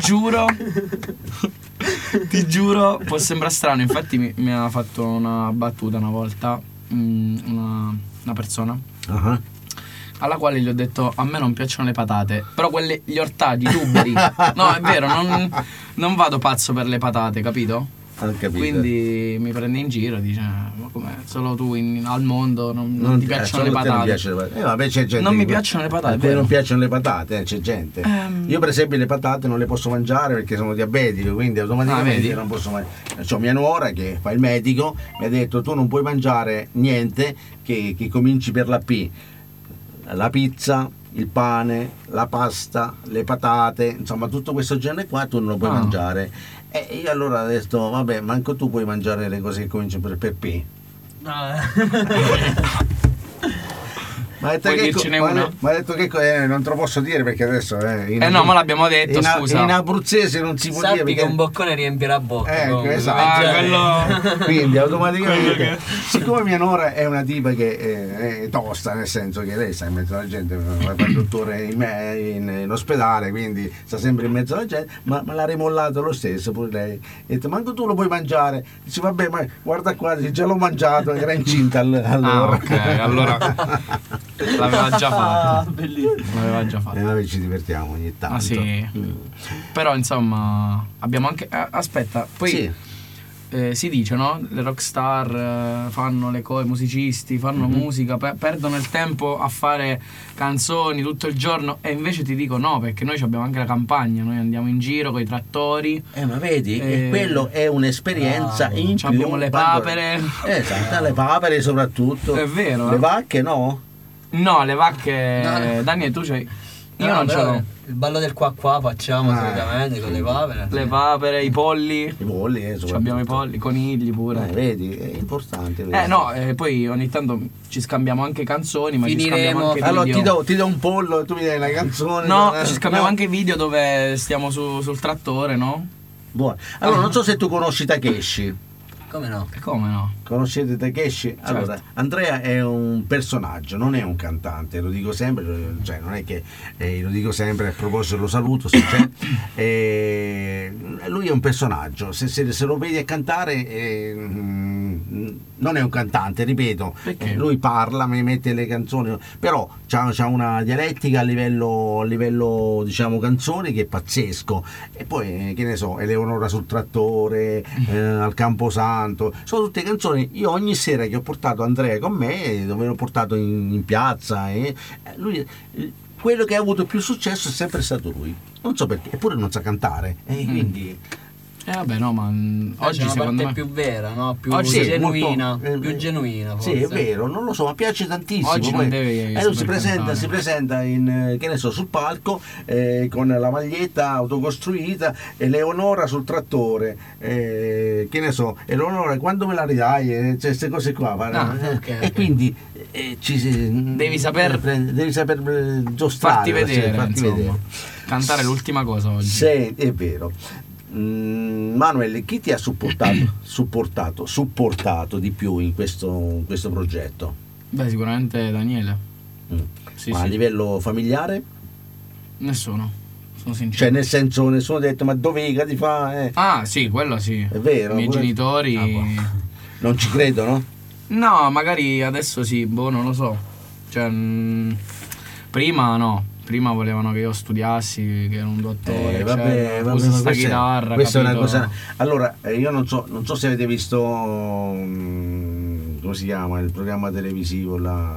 giuro, può sembrare strano, infatti mi ha fatto una battuta una volta una persona alla quale gli ho detto a me non piacciono le patate, però gli ortaggi, i tuberi, no è vero, non vado pazzo per le patate, capito? Quindi mi prende in giro e dice: ma come solo tu al mondo non ti piacciono le patate? Vabbè, c'è gente non mi piacciono le patate. Non piacciono le patate, c'è gente. Io per esempio le patate non le posso mangiare perché sono diabetico, quindi automaticamente non posso mangiare. C'ho mia nuora che fa il medico, mi ha detto: tu non puoi mangiare niente che cominci per la P. La pizza, il pane, la pasta, le patate, insomma tutto questo genere qua tu non lo puoi mangiare. E io allora ho detto: vabbè, manco tu puoi mangiare le cose che cominciano per P. Ma ha detto che non te lo posso dire perché adesso no, ma l'abbiamo detto, scusa. In abruzzese non si può dire perché che un boccone riempie la bocca. Esatto. Quindi automaticamente siccome mia nuora è una tipa che è tosta, nel senso che lei sta in mezzo alla gente, fa il dottore in ospedale, quindi sta sempre in mezzo alla gente, ma l'ha rimollato lo stesso pure lei. Ha detto: manco tu lo puoi mangiare. Dice: vabbè, ma guarda qua, già l'ho mangiato, era incinta allora. Ok, allora l'aveva già fatto. L'aveva già fatto. Vabbè, ci divertiamo ogni tanto. Sì. Però insomma abbiamo anche aspetta, poi si dice, no? Le rockstar fanno le cose, musicisti fanno musica, perdono il tempo a fare canzoni tutto il giorno, e invece ti dico no, perché noi abbiamo anche la campagna, noi andiamo in giro con i trattori. Ma vedi, quello è un'esperienza in più. Abbiamo le papere. Esatto, le papere soprattutto. È vero. Le vacche no? No, le vacche. No. Daniele, tu c'hai. Io non ce l'ho. Il ballo del qua facciamo solitamente con le papere. Le papere, i polli. I polli, abbiamo i polli, i conigli pure. Vedi, è importante. Poi ogni tanto ci scambiamo anche canzoni, ma ci scambiamo anche video. Allora ti do un pollo, tu mi dai una canzone. No, ci scambiamo anche video dove stiamo sul trattore, no? Buono. Allora, non so se tu conosci Takeshi. Come no? Conoscete Takeshi? Certo. Allora, Andrea è un personaggio, non è un cantante, lo dico sempre, cioè non è che lo dico sempre, a proposito lo saluto se c'è. Lui è un personaggio, se lo vedi a cantare non è un cantante, ripeto. Perché? Lui parla, mi mette le canzoni, però c'ha una dialettica a livello diciamo canzoni che è pazzesco. E poi che ne so, Eleonora sul trattore, al Camposanto, sono tutte canzoni. Io ogni sera che ho portato Andrea con me, dove l'ho portato in piazza, lui, quello che ha avuto più successo è sempre stato lui, non so perché, eppure non sa cantare, quindi vabbè, no, ma oggi secondo me è più vera, no? Più oggi genuina, più genuina forse. Sì, è vero, non lo so, ma piace tantissimo. Oggi non deve lui si presenta in, che ne so, sul palco con la maglietta autocostruita, Eleonora sul trattore, che ne so, Eleonora quando me la ridai, cioè queste cose qua. Okay. Quindi devi saper giostrare, farti vedere. Cantare è l'ultima cosa oggi. Sì, è vero. Manuel, chi ti ha supportato di più in questo progetto? Beh, sicuramente Daniele. Ma a livello familiare? Nessuno, sono sincero. Cioè, nel senso, nessuno ha detto: ma dove ti fa? Ah, sì, quello sì. È vero. I miei genitori non ci credono? No, magari adesso sì, non lo so. Cioè, prima no. Prima volevano che io studiassi, che ero un dottore, vabbè, uso sta chitarra. Questa è una cosa. Allora, io non so se avete visto come si chiama il programma televisivo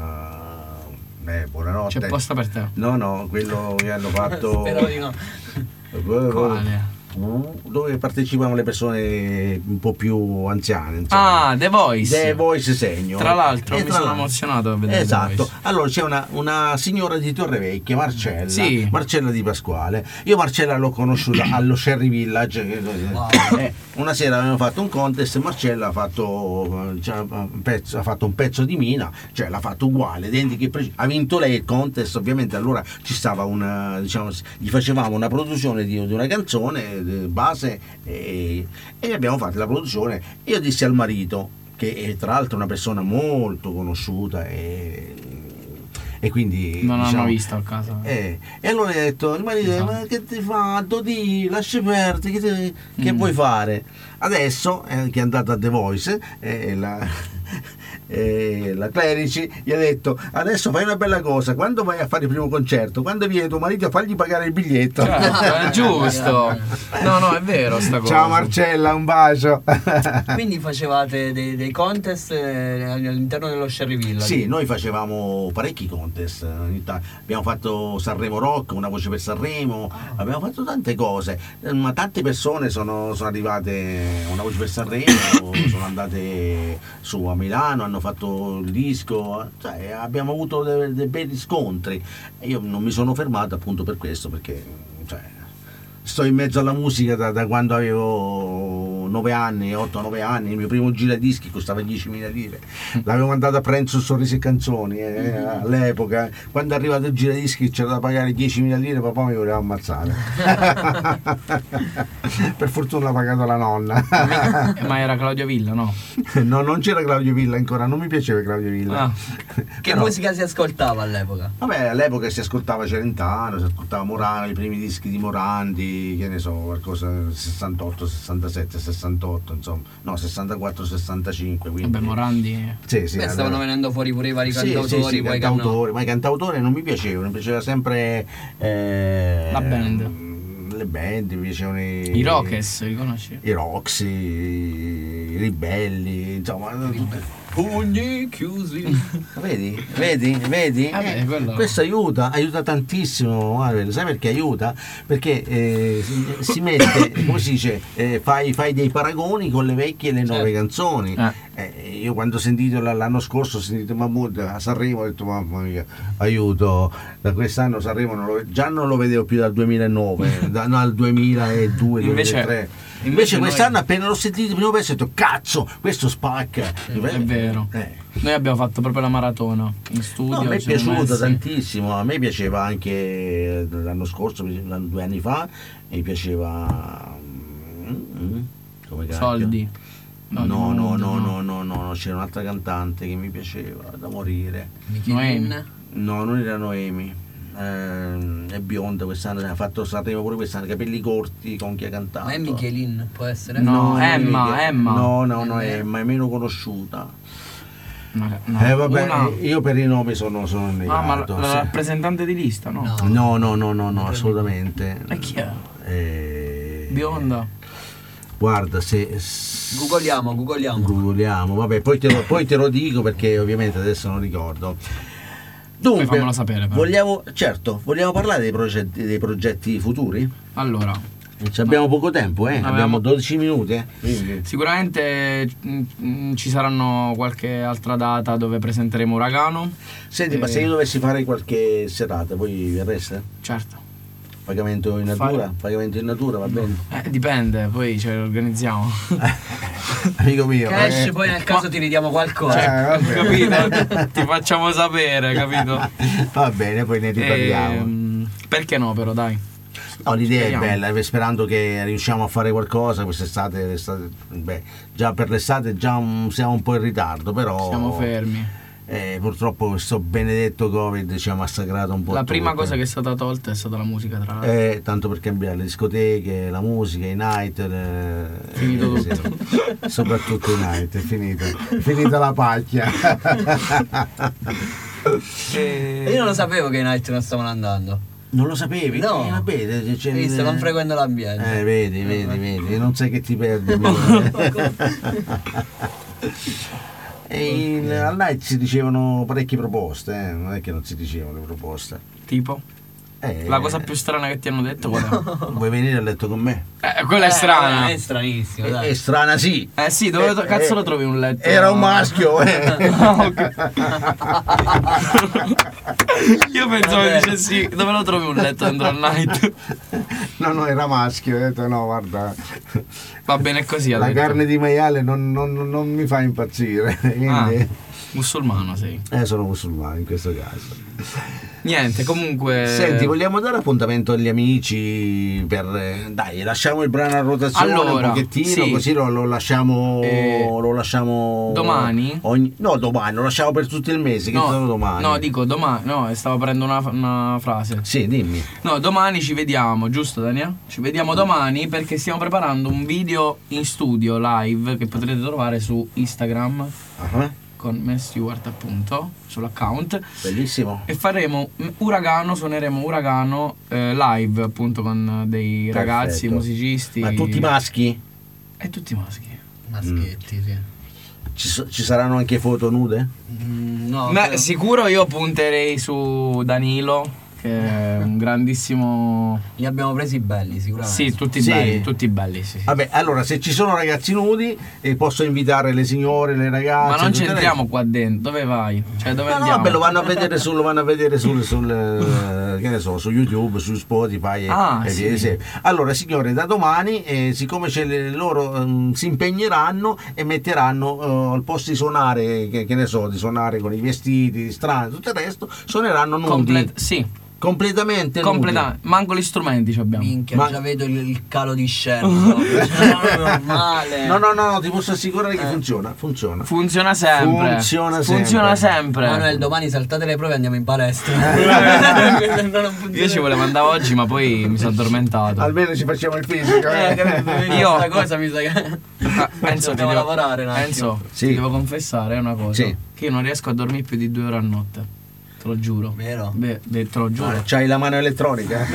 buonanotte. C'è posta per te. No, quello che hanno fatto. Spero di no. Quale? Dove partecipano le persone un po' più anziane, insomma. Ah, The Voice segno. Tra l'altro mi sono emozionato a vedere. Esatto. Allora c'è una signora di Torrevecchia, Marcella. Sì. Marcella Di Pasquale. Io Marcella l'ho conosciuta allo Sherry Village. Una sera avevamo fatto un contest, Marcella ha fatto un pezzo di Mina, cioè l'ha fatto uguale, ha vinto lei il contest, ovviamente. Allora ci stava gli facevamo una produzione di una canzone base e abbiamo fatto la produzione. Io dissi al marito, che è tra l'altro una persona molto conosciuta e quindi non hanno visto a casa e allora ho detto il marito: esatto. Ma che ti fa? Dodi, lascia perdere, che vuoi fare adesso? Che è andata a The Voice la Clerici gli ha detto: adesso fai una bella cosa, quando vai a fare il primo concerto, quando viene tuo marito, fagli pagare il biglietto. È giusto. No, è vero sta cosa. Ciao Marcella, un bacio. Quindi facevate dei contest all'interno dello Sherry Villa? Sì, noi facevamo parecchi contest. Abbiamo fatto Sanremo Rock, Una voce per Sanremo, abbiamo fatto tante cose, ma tante persone sono arrivate a Una voce per Sanremo, sono andate su a Milano, hanno fatto il disco, cioè, abbiamo avuto dei bei riscontri. E io non mi sono fermato appunto per questo, perché sto in mezzo alla musica da quando avevo 9 anni, 8-9 anni. Il mio primo giradischi costava 10.000 lire, l'avevo mandato a prendere su Sorrisi e Canzoni all'epoca. Quando è arrivato il giradischi c'era da pagare 10.000 lire, papà mi voleva ammazzare. Per fortuna l'ha pagato la nonna. Ma era Claudio Villa, no? No, non c'era Claudio Villa ancora, non mi piaceva Claudio Villa. Che musica si ascoltava all'epoca? Vabbè, all'epoca si ascoltava Celentano, si ascoltava Morandi, i primi dischi di Morandi, che ne so, qualcosa 68, 67, 68, insomma, no, 64, 65. Quindi... Vabbè, Morandi. Sì, stavano venendo fuori pure i vari cantautori. Poi cantautori, ma i cantautori non mi piacevano, mi piaceva sempre la band. Le band, mi piacevano i Rockers, li conosci? I Roxy, i Ribelli, insomma, tutte. Pugni chiusi. Vedi? Questo aiuta tantissimo, Marvel. Sai perché aiuta? Perché si mette, come si dice, fai dei paragoni con le vecchie e le nuove canzoni. Io quando ho sentito l'anno scorso, ho sentito Mahmood a Sanremo, ho detto mamma mia, aiuto, da quest'anno Sanremo già non lo vedevo più dal 2009, dal 2002, 2003. Invece quest'anno appena l'ho sentito il primo pezzo ho detto cazzo, questo spacca. È vero. Noi abbiamo fatto proprio la maratona in studio. No, a me è piaciuto tantissimo, a me piaceva anche l'anno scorso, 2 anni fa, mi piaceva come cacchio. Soldi. No, c'era un'altra cantante che mi piaceva da morire. Noemi? No, non era Noemi. È bionda quest'anno, ha fatto Sanremo pure quest'anno, capelli corti con chi ha cantato. Ma è Michelin, può essere? No, Emma. No, Emma è meno conosciuta. Vabbè, io per i nomi sono negato. Ma la rappresentante di lista, no? No, assolutamente. E chi è? Bionda. Guarda, se Googoliamo. Vabbè, poi te lo dico perché ovviamente adesso non ricordo. Dunque, fammelo sapere, però. vogliamo parlare dei progetti futuri? Allora, abbiamo poco tempo, abbiamo 12 minuti. Sicuramente ci saranno qualche altra data dove presenteremo Uragano. Senti, ma se io dovessi fare qualche serata, voi verreste? Certo. Pagamento in natura? Pagamento in natura, va bene? Dipende, poi ce lo organizziamo. Amico mio. Cash, poi nel caso ti ridiamo qualcosa. Capito? Ti facciamo sapere, capito? Va bene, poi ne riparliamo. Perché no, però, dai. No, l'idea è bella, sperando che riusciamo a fare qualcosa quest'estate. Già per l'estate siamo un po' in ritardo, però siamo fermi. Purtroppo questo benedetto Covid ci ha massacrato un po'. La prima cosa che è stata tolta è stata la musica, tra l'altro. Tanto per cambiare le discoteche, la musica, i night. Finito tutto. Sì. Soprattutto i night, è finita la pacchia. Io non lo sapevo che i night non stavano andando. Non lo sapevi? No. Visto, non frequento l'ambiente. Vedi, non sai che ti perdi. E al night si dicevano parecchie proposte, non è che non si dicevano le proposte. Tipo? La cosa più strana che ti hanno detto qual è? Vuoi venire a letto con me? Quella è strana. È stranissimo, dai. È strana, sì. Sì, dove cazzo lo trovi un letto? Era un maschio, Io pensavo che dicessi dove lo trovi un letto dentro al night? No, era maschio, ho detto no, guarda. Va bene così. La carne di maiale non mi fa impazzire. Quindi... musulmano sei. Sono musulmano in questo caso. Niente, comunque. Senti, vogliamo dare appuntamento agli amici per. Dai, lasciamo il brano a rotazione un pochettino, sì. Così lo lasciamo. Lo lasciamo. Domani? No, domani, lo lasciamo per tutto il mese. Che sono domani. No, dico domani. No, stavo aprendo una frase. Sì, dimmi. No, domani ci vediamo, giusto, Daniel? Ci vediamo domani perché stiamo preparando un video in studio live che potrete trovare su Instagram. con Man Stewart appunto sull'account. Bellissimo. E faremo suoneremo Uragano live appunto con dei ragazzi musicisti. Ma tutti maschi? E tutti maschi. Maschietti, sì. Ci saranno anche foto nude? No. Beh, sicuro io punterei su Danilo, che è un grandissimo. Li abbiamo presi belli, sicuramente. Sì, tutti belli, sì. Vabbè, allora se ci sono ragazzi nudi posso invitare le signore, le ragazze. Ma non c'entriamo qua dentro, dove vai? Cioè dove andiamo? No, vabbè, lo vanno a vedere che ne so, su YouTube, su Spotify sì. Allora signore, da domani siccome loro si impegneranno e metteranno al posto di suonare, che ne so, di suonare con i vestiti strani, tutto il resto, suoneranno nudi. Sì. Completamente. Manco gli strumenti ci abbiamo. Minchia, già vedo il calo di scena. Normale. No, ti posso assicurare che funziona sempre. Funziona sempre. Manuel, domani saltate le prove e andiamo in palestra. Io ci volevo andare oggi, ma poi mi sono addormentato. Almeno ci facciamo il fisico. Io questa cosa mi sa che Enzo, devo lavorare. Enzo, ti devo confessare una cosa. Sì. Che io non riesco a dormire più di 2 ore a notte. Te lo giuro. Vero? Beh, te lo giuro. C'hai la mano elettronica?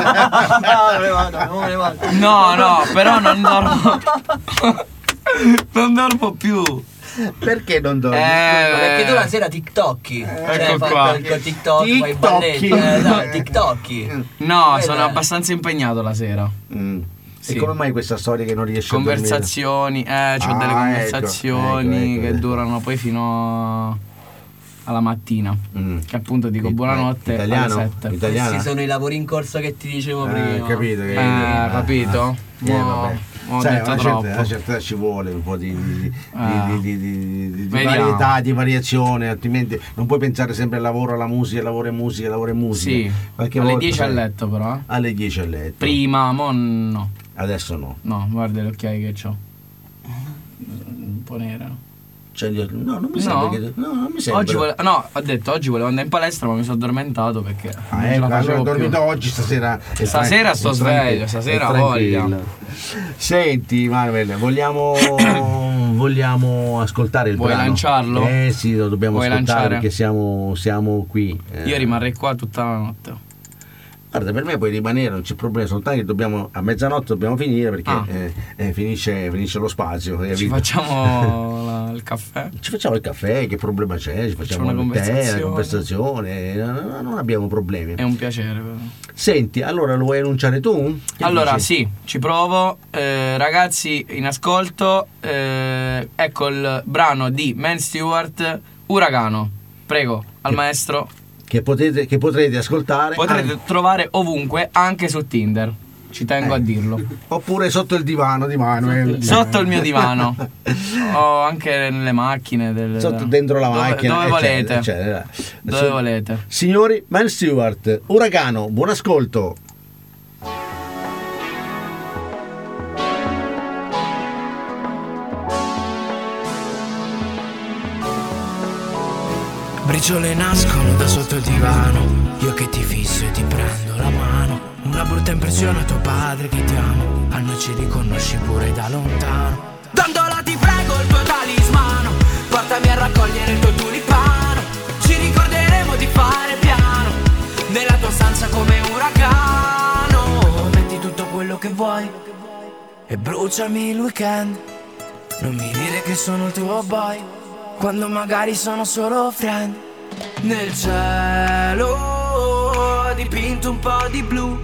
No, però non dormo. Non dormo più. Perché non dormi? Perché tu la sera TikTokki. Ecco qua. Con TikTok, fai balletti. TikTokki. No, sono abbastanza impegnato la sera. Sì. E come mai questa storia che non riesci a dormire? Conversazioni, c'ho delle conversazioni ecco. che durano poi fino alla mattina, che appunto dico buonanotte italiano? alle 7. Italiano? Questi sono i lavori in corso che ti dicevo prima. Capito? Capito? Vabbè. Ho Sai, detto troppo. Una certa ci vuole un po' di varietà, di variazione, altrimenti non puoi pensare sempre al lavoro, alla musica, lavoro e musica. Sì, qualche alle volta, 10 a letto però. Alle 10 a letto. Prima, mo no. Adesso no. No, guarda le occhiaie che ho. Un po' nera. No, non mi sembra che. No, non mi sembra. Ho detto oggi volevo andare in palestra, ma mi sono addormentato perché non ce la allora facevo ho dormito più. oggi, stasera. Stasera sto sveglio, stasera voglia. Senti Manuel, vogliamo ascoltare il Vuoi brano? lanciarlo? Sì, lo dobbiamo Vuoi ascoltare lanciare? perché siamo qui. Io rimarrei qua tutta la notte. Guarda, per me puoi rimanere, non c'è problema, soltanto che a mezzanotte dobbiamo finire perché finisce lo spazio. Ci facciamo il caffè? Ci facciamo il caffè, che problema c'è? Ci facciamo una il tè, la conversazione, non abbiamo problemi. È un piacere però. Senti, allora lo vuoi annunciare tu? Allora dici? sì, ci provo. Ragazzi in ascolto, ecco il brano di Man Stewart, Uragano. Prego, al maestro. Che potrete ascoltare. Potrete trovare ovunque, anche su Tinder. Ci tengo a dirlo. Oppure sotto il divano di Manuel. Sotto il mio divano. O anche nelle macchine. Dentro la macchina. Dove volete. Eccetera. Dove volete. Signori, Man Stewart, Uragano, buon ascolto. Briciole nascono da sotto il divano, io che ti fisso e ti prendo la mano. Una brutta impressione a tuo padre che ti amo, a noi ci riconosci pure da lontano. Dondola ti prego il tuo talismano, portami a raccogliere il tuo tulipano. Ci ricorderemo di fare piano, nella tua stanza come un uragano. Metti tutto quello che vuoi e bruciami il weekend. Non mi dire che sono il tuo boy, quando magari sono solo friend. Nel cielo ho dipinto un po' di blu,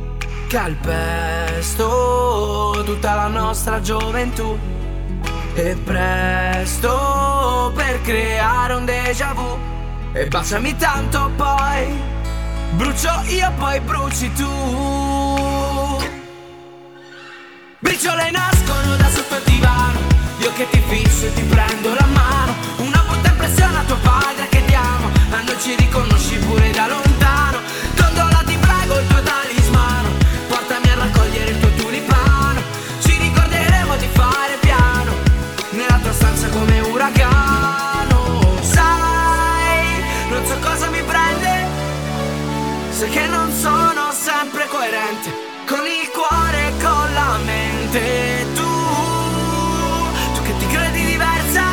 calpesto tutta la nostra gioventù. E presto per creare un déjà vu. E baciami tanto poi brucio io poi bruci tu. Briciole nascono da sotto il divano, io che ti fisso e ti prendo la mano. Una brutta impressione a tuo padre che ti amo, a noi ci riconosci pure da lontano. Gondola ti prego il tuo talismano, portami a raccogliere il tuo tulipano. Ci ricorderemo di fare piano, nella tua stanza come uragano. Sai, non so cosa mi prende, sai che non sono sempre coerente, con il cuore e con la mente. Tu che ti credi diversa,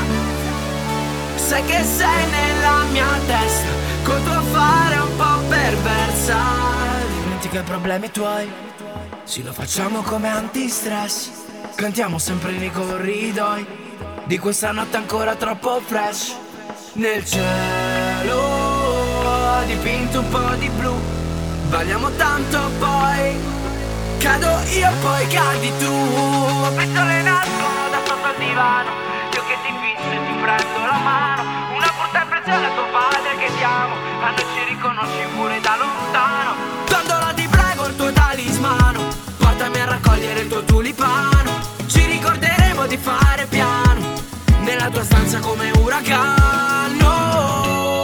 che sei nella mia testa, col tuo fare un po' perversa. Dimentica i problemi tuoi, sì, lo facciamo come antistress. Cantiamo sempre nei corridoi di questa notte ancora troppo fresh. Nel cielo dipinto un po' di blu, balliamo tanto poi cado io, poi cadi tu. Pistole nascono da sotto il divano, io che ti fisso e ti prendo la mano. Una brutta impressione a tuo padre che ti amo, a noi ci riconosci pure da lontano. Dondola ti prego il tuo talismano, portami a raccogliere il tuo tulipano. Ci ricorderemo di fare piano nella tua stanza come uragano.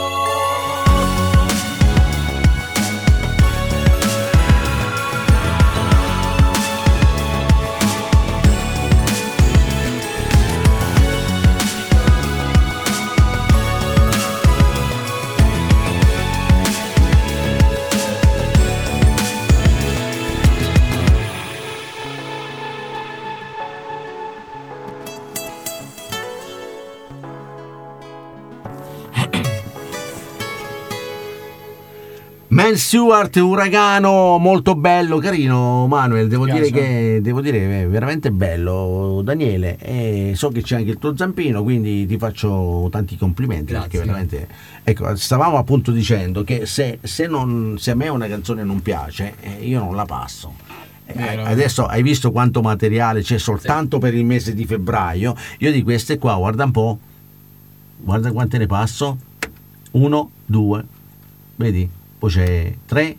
Man Stewart, Uragano, molto bello, carino Manuel, devo dire che è veramente bello Daniele, e so che c'è anche il tuo zampino, quindi ti faccio tanti complimenti. Grazie. Perché veramente, ecco, stavamo appunto dicendo che se a me una canzone non piace, io non la passo. Adesso hai visto quanto materiale c'è soltanto per il mese di febbraio. Io di queste qua, guarda un po', guarda quante ne passo, 1, 2, vedi? Poi c'è 3,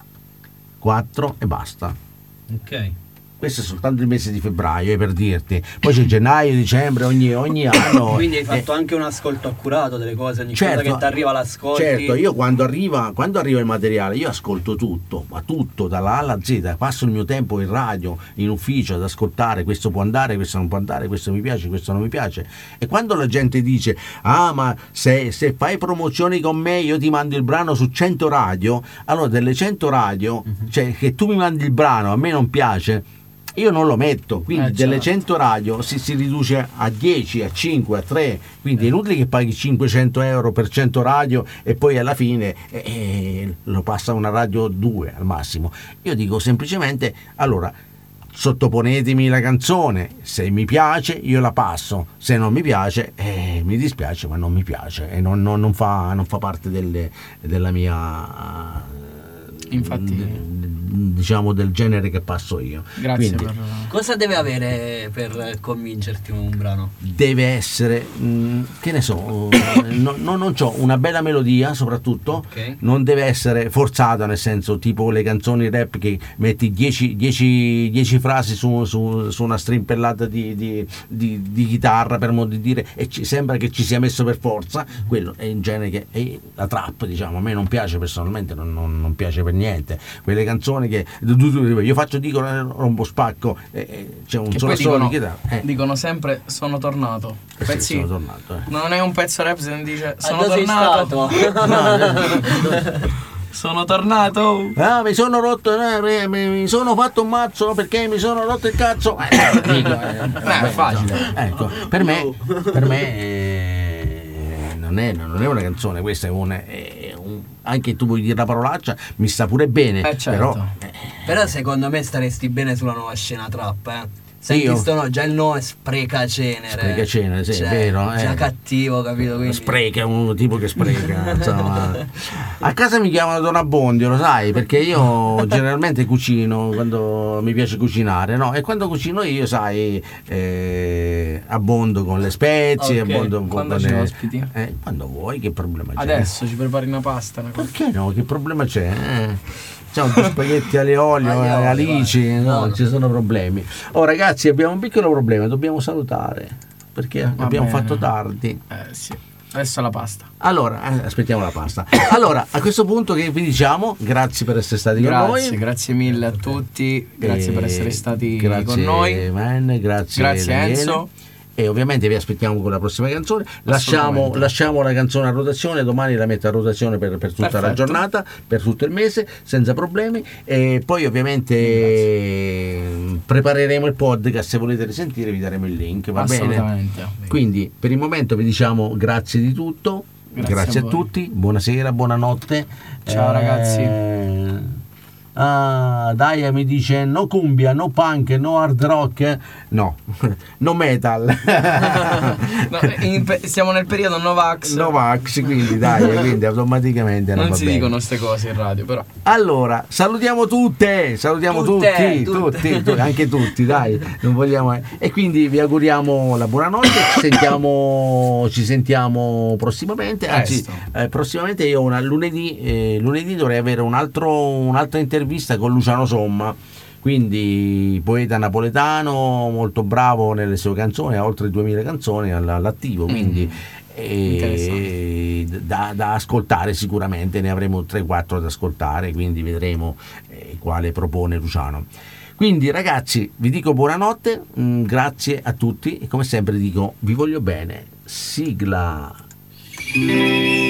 4 e basta. Ok. Questo è soltanto il mese di febbraio, per dirti. Poi c'è gennaio, dicembre, ogni anno. Quindi hai fatto anche un ascolto accurato delle cose, ogni certo, cosa che ti arriva l'ascolti. Certo, io quando arriva il materiale, io ascolto tutto, ma tutto, dalla A alla Z. Passo il mio tempo in radio, in ufficio, ad ascoltare, questo può andare, questo non può andare, questo mi piace, questo non mi piace. E quando la gente dice, ma se fai promozioni con me io ti mando il brano su 100 radio, allora delle 100 radio, cioè che tu mi mandi il brano, a me non piace, io non lo metto, quindi delle 100 radio si riduce a 10, a 5, a 3, quindi è inutile che paghi 500 euro per 100 radio e poi alla fine lo passa una radio 2 al massimo. Io dico semplicemente, allora, sottoponetemi la canzone, se mi piace io la passo, se non mi piace mi dispiace, ma non mi piace e non fa parte della mia... Infatti... diciamo del genere che passo io. Grazie. Quindi, cosa deve avere per convincerti un brano? deve essere che ne so, non c'ho una bella melodia soprattutto, Okay. non deve essere forzata, nel senso tipo le canzoni rap che metti 10 frasi su una strimpellata di chitarra, per modo di dire, e sembra che ci sia messo per forza. Quello è in genere che è la trap, diciamo. A me non piace personalmente, non piace per niente quelle canzoni che io faccio, dico rompo spacco, c'è un Che solo poi assolo di chitarra. dicono sempre sono tornato. Sì, Pezzi, sono tornato, non è un pezzo rap se non dice sono Dove sei tornato. stato? Sono tornato. Mi sono rotto, mi sono fatto un mazzo perché mi sono rotto il cazzo. Dico, è facile. Ecco, per me non è una canzone, questa è anche tu vuoi dire la parolaccia, mi sta pure bene, Certo. Però secondo me staresti bene sulla nuova scena trap, Senti, Io? già il nome spreca cenere. Spreca cenere, sì, Cioè, è vero. Già cattivo, capito? Quindi... Spreca, è un tipo che spreca. Insomma. A casa mi chiamano Don Abbondio, lo sai, perché io generalmente cucino quando mi piace cucinare, no? E quando cucino io, sai, abbondo con le spezie, Ok. abbondo un po' Quando con ci le... ospiti? Quando vuoi, che problema c'è? Adesso ci prepari una pasta. Perché no? Che problema c'è? Ciao, due spaghetti alle olio, alici, no, ci sono problemi. Oh ragazzi, abbiamo un piccolo problema, dobbiamo salutare perché abbiamo bene. fatto tardi. Sì. Adesso la pasta. Allora, aspettiamo la pasta. Allora, a questo punto che vi diciamo, grazie per essere stati con noi. Grazie mille a tutti, grazie per essere stati grazie, con noi. Man, grazie Daniele. Enzo. E ovviamente vi aspettiamo con la prossima canzone. Lasciamo la canzone a rotazione, domani la metto a rotazione per tutta la Perfetto. giornata, per tutto il mese, senza problemi. E poi ovviamente prepareremo il podcast, se volete risentire vi daremo il link, va bene? Assolutamente. Quindi per il momento vi diciamo grazie di tutto. Grazie a tutti, buonasera, buonanotte. Ciao ragazzi. Daia mi dice no cumbia, no punk, no hard rock, no metal. No, siamo nel periodo Novax, quindi dai, quindi automaticamente non si dicono queste cose in radio, però. Allora, salutiamo tutti, anche tutti, dai, non vogliamo. E quindi vi auguriamo la buonanotte, ci sentiamo prossimamente, anzi prossimamente io lunedì dovrei avere un'altra intervista con Luciano Somma, quindi poeta napoletano molto bravo nelle sue canzoni, ha oltre 2000 canzoni all'attivo, quindi da ascoltare sicuramente, ne avremo 3-4 da ascoltare, quindi vedremo quale propone Luciano. Quindi ragazzi vi dico buonanotte, grazie a tutti e come sempre dico vi voglio bene, sigla.